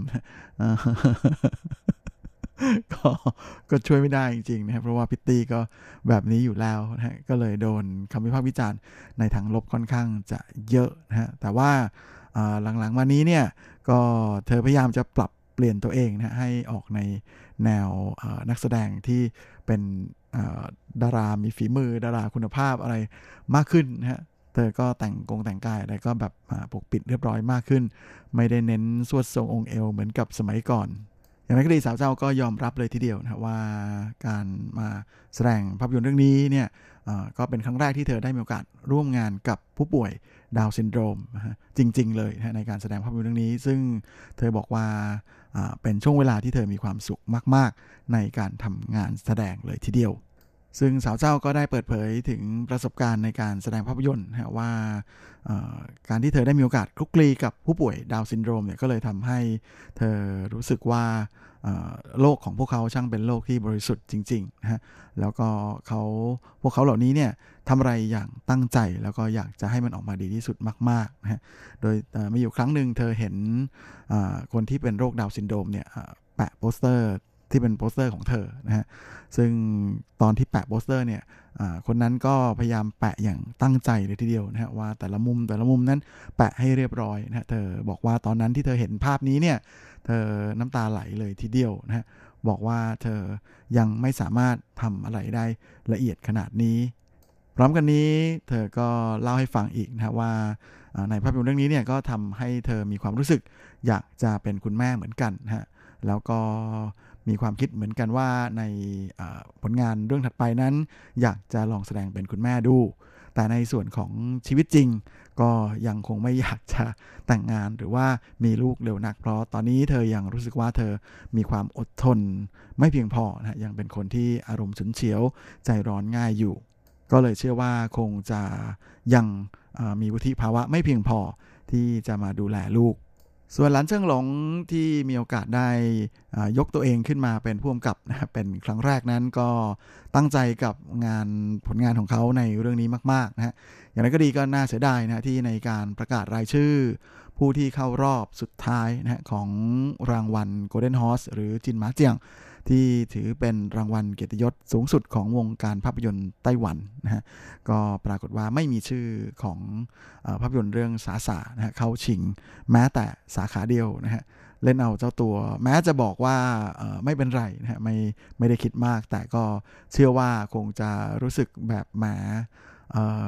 ก็ก็ช่วยไม่ได้จริงๆนะครับเพราะว่าพิตตี้ก็แบบนี้อยู่แล้วนะฮะก็เลยโดนคำวิพากษ์วิจารณ์ในทางลบค่อนข้างจะเยอะนะฮะแต่ว่าหลังๆมานี้เนี่ยก็เธอพยายามจะปรับเปลี่ยนตัวเองนะให้ออกในแนวนักแสดงที่เป็นดารามีฝีมือดาราคุณภาพอะไรมากขึ้นนะฮะเธอก็แต่งกงแต่งกายอะไรก็แบบปกปิดเรียบร้อยมากขึ้นไม่ได้เน้นสวดทรงองค์เอวเหมือนกับสมัยก่อนอย่างไรก็ดีสาวเจ้าก็ยอมรับเลยทีเดียวนะว่าการมาแสดงภาพยนตร์เรื่องนี้เนี่ยก็เป็นครั้งแรกที่เธอได้มีโอกาสร่วมงานกับผู้ป่วยดาวน์ซินโดรมจริงๆเลยนะในการแสดงภาพยนตร์เรื่องนี้ซึ่งเธอบอกว่าเป็นช่วงเวลาที่เธอมีความสุขมากๆในการทำงานแสดงเลยทีเดียวซึ่งสาวเจ้าก็ได้เปิดเผยถึงประสบการณ์ในการแสดงภาพยนตร์นะว่าการที่เธอได้มีโอกาสคลุกคลีกับผู้ป่วยดาวน์ซินโดรมเนี่ยก็เลยทำให้เธอรู้สึกว่าโลกของพวกเขาช่างเป็นโลกที่บริสุทธิ์จริงๆนะฮะแล้วก็เขาพวกเขาเหล่านี้เนี่ยทำอะไรอย่างตั้งใจแล้วก็อยากจะให้มันออกมาดีที่สุดมากๆนะฮะโดยมีอยู่ครั้งหนึ่งเธอเห็นคนที่เป็นโรคดาวน์ซินโดรมเนี่ยแปะโปสเตอร์ที่เป็นโปสเตอร์ของเธอนะฮะซึ่งตอนที่แปะโปสเตอร์เนี่ยคนนั้นก็พยายามแปะอย่างตั้งใจเลยทีเดียวนะฮะว่าแต่ละมุมแต่ละมุมนั้นแปะให้เรียบร้อยนะฮะเธอบอกว่าตอนนั้นที่เธอเห็นภาพนี้เนี่ยเธอน้ำตาไหลเลยทีเดียวนะฮะบอกว่าเธอยังไม่สามารถทำอะไรได้ละเอียดขนาดนี้พร้อมกันนี้เธอก็เล่าให้ฟังอีกนะว่าในภาพยนตร์เรื่องนี้เนี่ยก็ทำให้เธอมีความรู้สึกอยากจะเป็นคุณแม่เหมือนกันนะฮะแล้วก็มีความคิดเหมือนกันว่าในผลงานเรื่องถัดไปนั้นอยากจะลองแสดงเป็นคุณแม่ดูแต่ในส่วนของชีวิตจริงก็ยังคงไม่อยากจะแต่งงานหรือว่ามีลูกเร็วนักเพราะตอนนี้เธอยังรู้สึกว่าเธอมีความอดทนไม่เพียงพอนะยังเป็นคนที่อารมณ์ฉุนเฉียวใจร้อนง่ายอยู่ก็เลยเชื่อว่าคงจะยังมีวุฒิภาวะไม่เพียงพอที่จะมาดูแลลูกส่วนหลานเจิ้งหลงที่มีโอกาสได้ยกตัวเองขึ้นมาเป็นผู้กำกับนะเป็นครั้งแรกนั้นก็ตั้งใจกับงานผลงานของเขาในเรื่องนี้มากๆนะฮะอย่างไรก็ดีก็น่าเสียดายนะที่ในการประกาศรายชื่อผู้ที่เข้ารอบสุดท้ายนะของรางวัล Golden Horse หรือจินหมาเจียงที่ถือเป็นรางวัลเกียรติยศสูงสุดของวงการภาพยนตร์ไต้หวันนะฮะก็ปรากฏว่าไม่มีชื่อของเอ่อภาพยนตร์เรื่องสาสานะฮะเข้าชิงแม้แต่สาขาเดียวนะฮะเล่นเอาเจ้าตัวแม้จะบอกว่าเอ่อไม่เป็นไรนะฮะไม่ไม่ได้คิดมากแต่ก็เชื่อว่าคงจะรู้สึกแบบแหมเอ่อ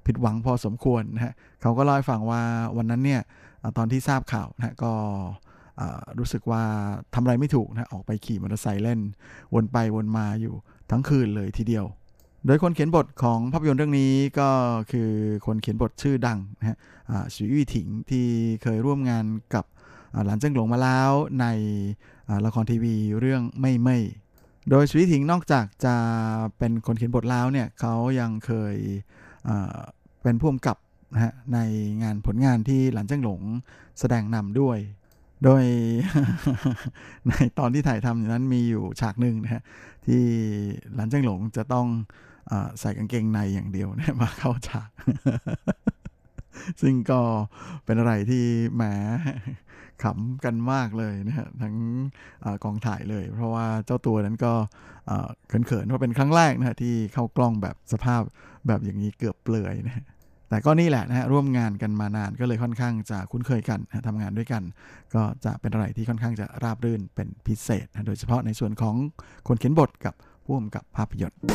ผิดหวังพอสมควรนะฮะเขาก็เล่าให้ฟังว่าวันนั้นเนี่ยตอนที่ทราบข่าวนะก็รู้สึกว่าทำอะไรไม่ถูกนะออกไปขี่มอเตอร์ไซค์เล่นวนไปวนมาอยู่ทั้งคืนเลยทีเดียวโดยคนเขียนบทของภาพยนตร์เรื่องนี้ก็คือคนเขียนบทชื่อดังนะฮะสืออี้ถิงที่เคยร่วมงานกับหลานเจิ้งหลงมาแล้วในละครทีวีเรื่องไม่ไม่โดยสืออี้ถิงนอกจากจะเป็นคนเขียนบทแล้วเนี่ยเขายังเคยเป็นผู้กำกับนะฮะในงานผลงานที่หลานเจิ้งหลงแสดงนำด้วยโดย ในตอนที่ถ่ายทำนั้นมีอยู่ฉากหนึ่งนะฮะที่หลานเจิ้งหลงจะต้องเอ่อใส่กางเกงในอย่างเดียวนะมาเข้าฉาก ซึ่งก็เป็นอะไรที่แหมขำกันมากเลยนะฮะทั้งกองถ่ายเลยเพราะว่าเจ้าตัวนั้นก็เขินๆเพราะเป็นครั้งแรกนะฮะที่เข้ากล้องแบบสภาพแบบอย่างนี้เกือบเปลือยนะแต่ก็นี่แหละนะฮะร่วมงานกันมานานก็เลยค่อนข้างจะคุ้นเคยกันนะทำงานด้วยกันก็จะเป็นอะไรที่ค่อนข้างจะราบรื่นเป็นพิเศษนะโดยเฉพาะในส่วนของคนเขียนบทกับผู้กำกับภาพยนตร์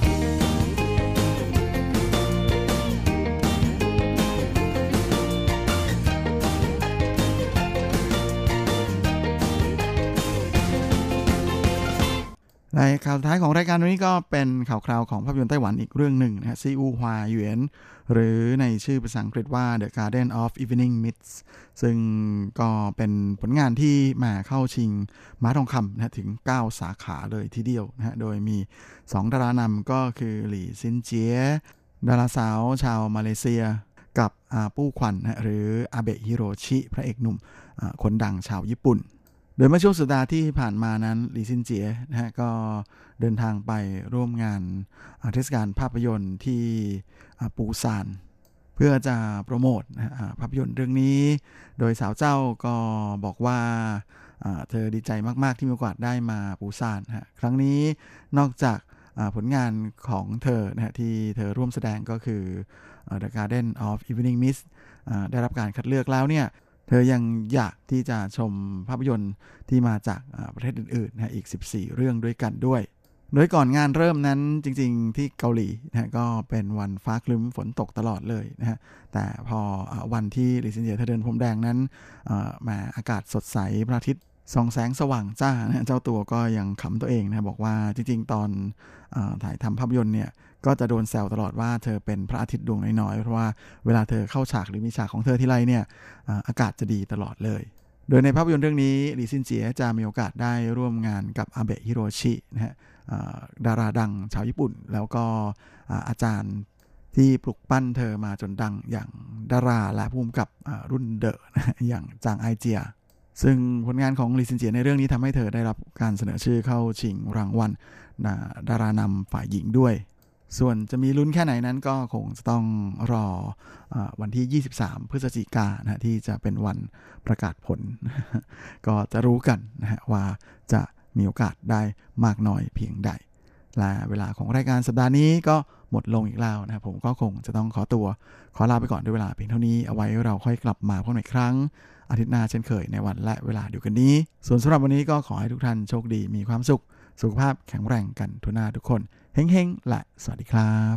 ในข่าวท้ายของรายการวันนี้ก็เป็นข่าวคราวของภาพยนตร์ไต้หวันอีกเรื่องหนึ่งนะฮะซีอูฮวาหยวนหรือในชื่อภาษาอังกฤษว่า The Garden of Evening Mists ซึ่งก็เป็นผลงานที่มาเข้าชิงม้าทองคำนะถึงเก้าสาขาเลยทีเดียวนะฮะโดยมีสองดารานำก็คือหลี่ซินเจียดาราสาวชาวมาเลเซียกับปู้ควันนะหรืออาเบะฮิโรชิพระเอกหนุ่มคนดังชาวญี่ปุ่นโดยเมื่อช่วงสัปดาห์ที่ผ่านมานั้นหลี่ซินเจียนะฮะก็เดินทางไปร่วมงานเทศกาลภาพยนตร์ที่ปูซานเพื่อจะโปรโมทภาพยนตร์เรื่องนี้โดยสาวเจ้าก็บอกว่าเธอดีใจมากๆที่มีโอกาสได้มาปูซานฮะครั้งนี้นอกจากผลงานของเธอนะฮะที่เธอร่วมแสดงก็คือ The Garden of Evening Mist ได้รับการคัดเลือกแล้วเนี่ยเธอยังอยากที่จะชมภาพยนตร์ที่มาจากประเทศอื่นๆนะอีกสิบสี่เรื่องด้วยกันด้วยโดยก่อนงานเริ่มนั้นจริงๆที่เกาหลีนะก็เป็นวันฟ้าครึ้มฝนตกตลอดเลยนะฮะแต่พอวันที่หลี่ซินเจียเธอเดินพรมแดงนั้นมาอากาศสดใสพระอาทิตย์ส่องแสงสว่างจ้านะเจ้าตัวก็ยังขำตัวเองนะบอกว่าจริงๆตอนถ่ายทำภาพยนตร์เนี่ยก็จะโดนแซวตลอดว่าเธอเป็นพระอาทิตย์ดวงน้อยๆเพราะว่าเวลาเธอเข้าฉากหรือมีฉากของเธอที่ไรเนี่ยอากาศจะดีตลอดเลยโดยในภาพยนตร์เรื่องนี้หลี่ซินเจียจะมีโอกาสได้ร่วมงานกับอาเบะฮิโรชินะฮะดาราดังชาวญี่ปุ่นแล้วก็อาจารย์ที่ปลุกปั้นเธอมาจนดังอย่างดาราและผู้กำกับรุ่นเดอะอย่างจางไอเจียซึ่งผลงานของหลี่ซินเจียในเรื่องนี้ทำให้เธอได้รับการเสนอชื่อเข้าชิงรางวัลดารานำฝ่ายหญิงด้วยส่วนจะมีลุ้นแค่ไหนนั้นก็คงจะต้องรอวันที่ยี่สิบสามพฤศจิกายนนะที่จะเป็นวันประกาศผล ก็จะรู้กันนะฮะว่าจะมีโอกาสได้มากน้อยเพียงใดและเวลาของรายการสัปดาห์นี้ก็หมดลงอีกแล้วนะครับผมก็คงจะต้องขอตัวขอลาไปก่อนด้วยเวลาเพียงเท่านี้เอาไว้เราค่อยกลับมาพบกันอีกครั้งอาทิตย์หน้าเช่นเคยในวันและเวลาเดียวกันนี้ส่วนสำหรับวันนี้ก็ขอให้ทุกท่านโชคดีมีความสุขสุขภาพแข็งแรงกันทุกหน้าทุกคนเฮ้งๆและสวัสดีครับ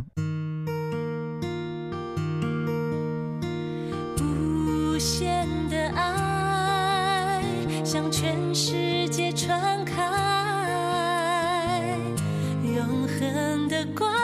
无限的爱向全世界传开永恒的光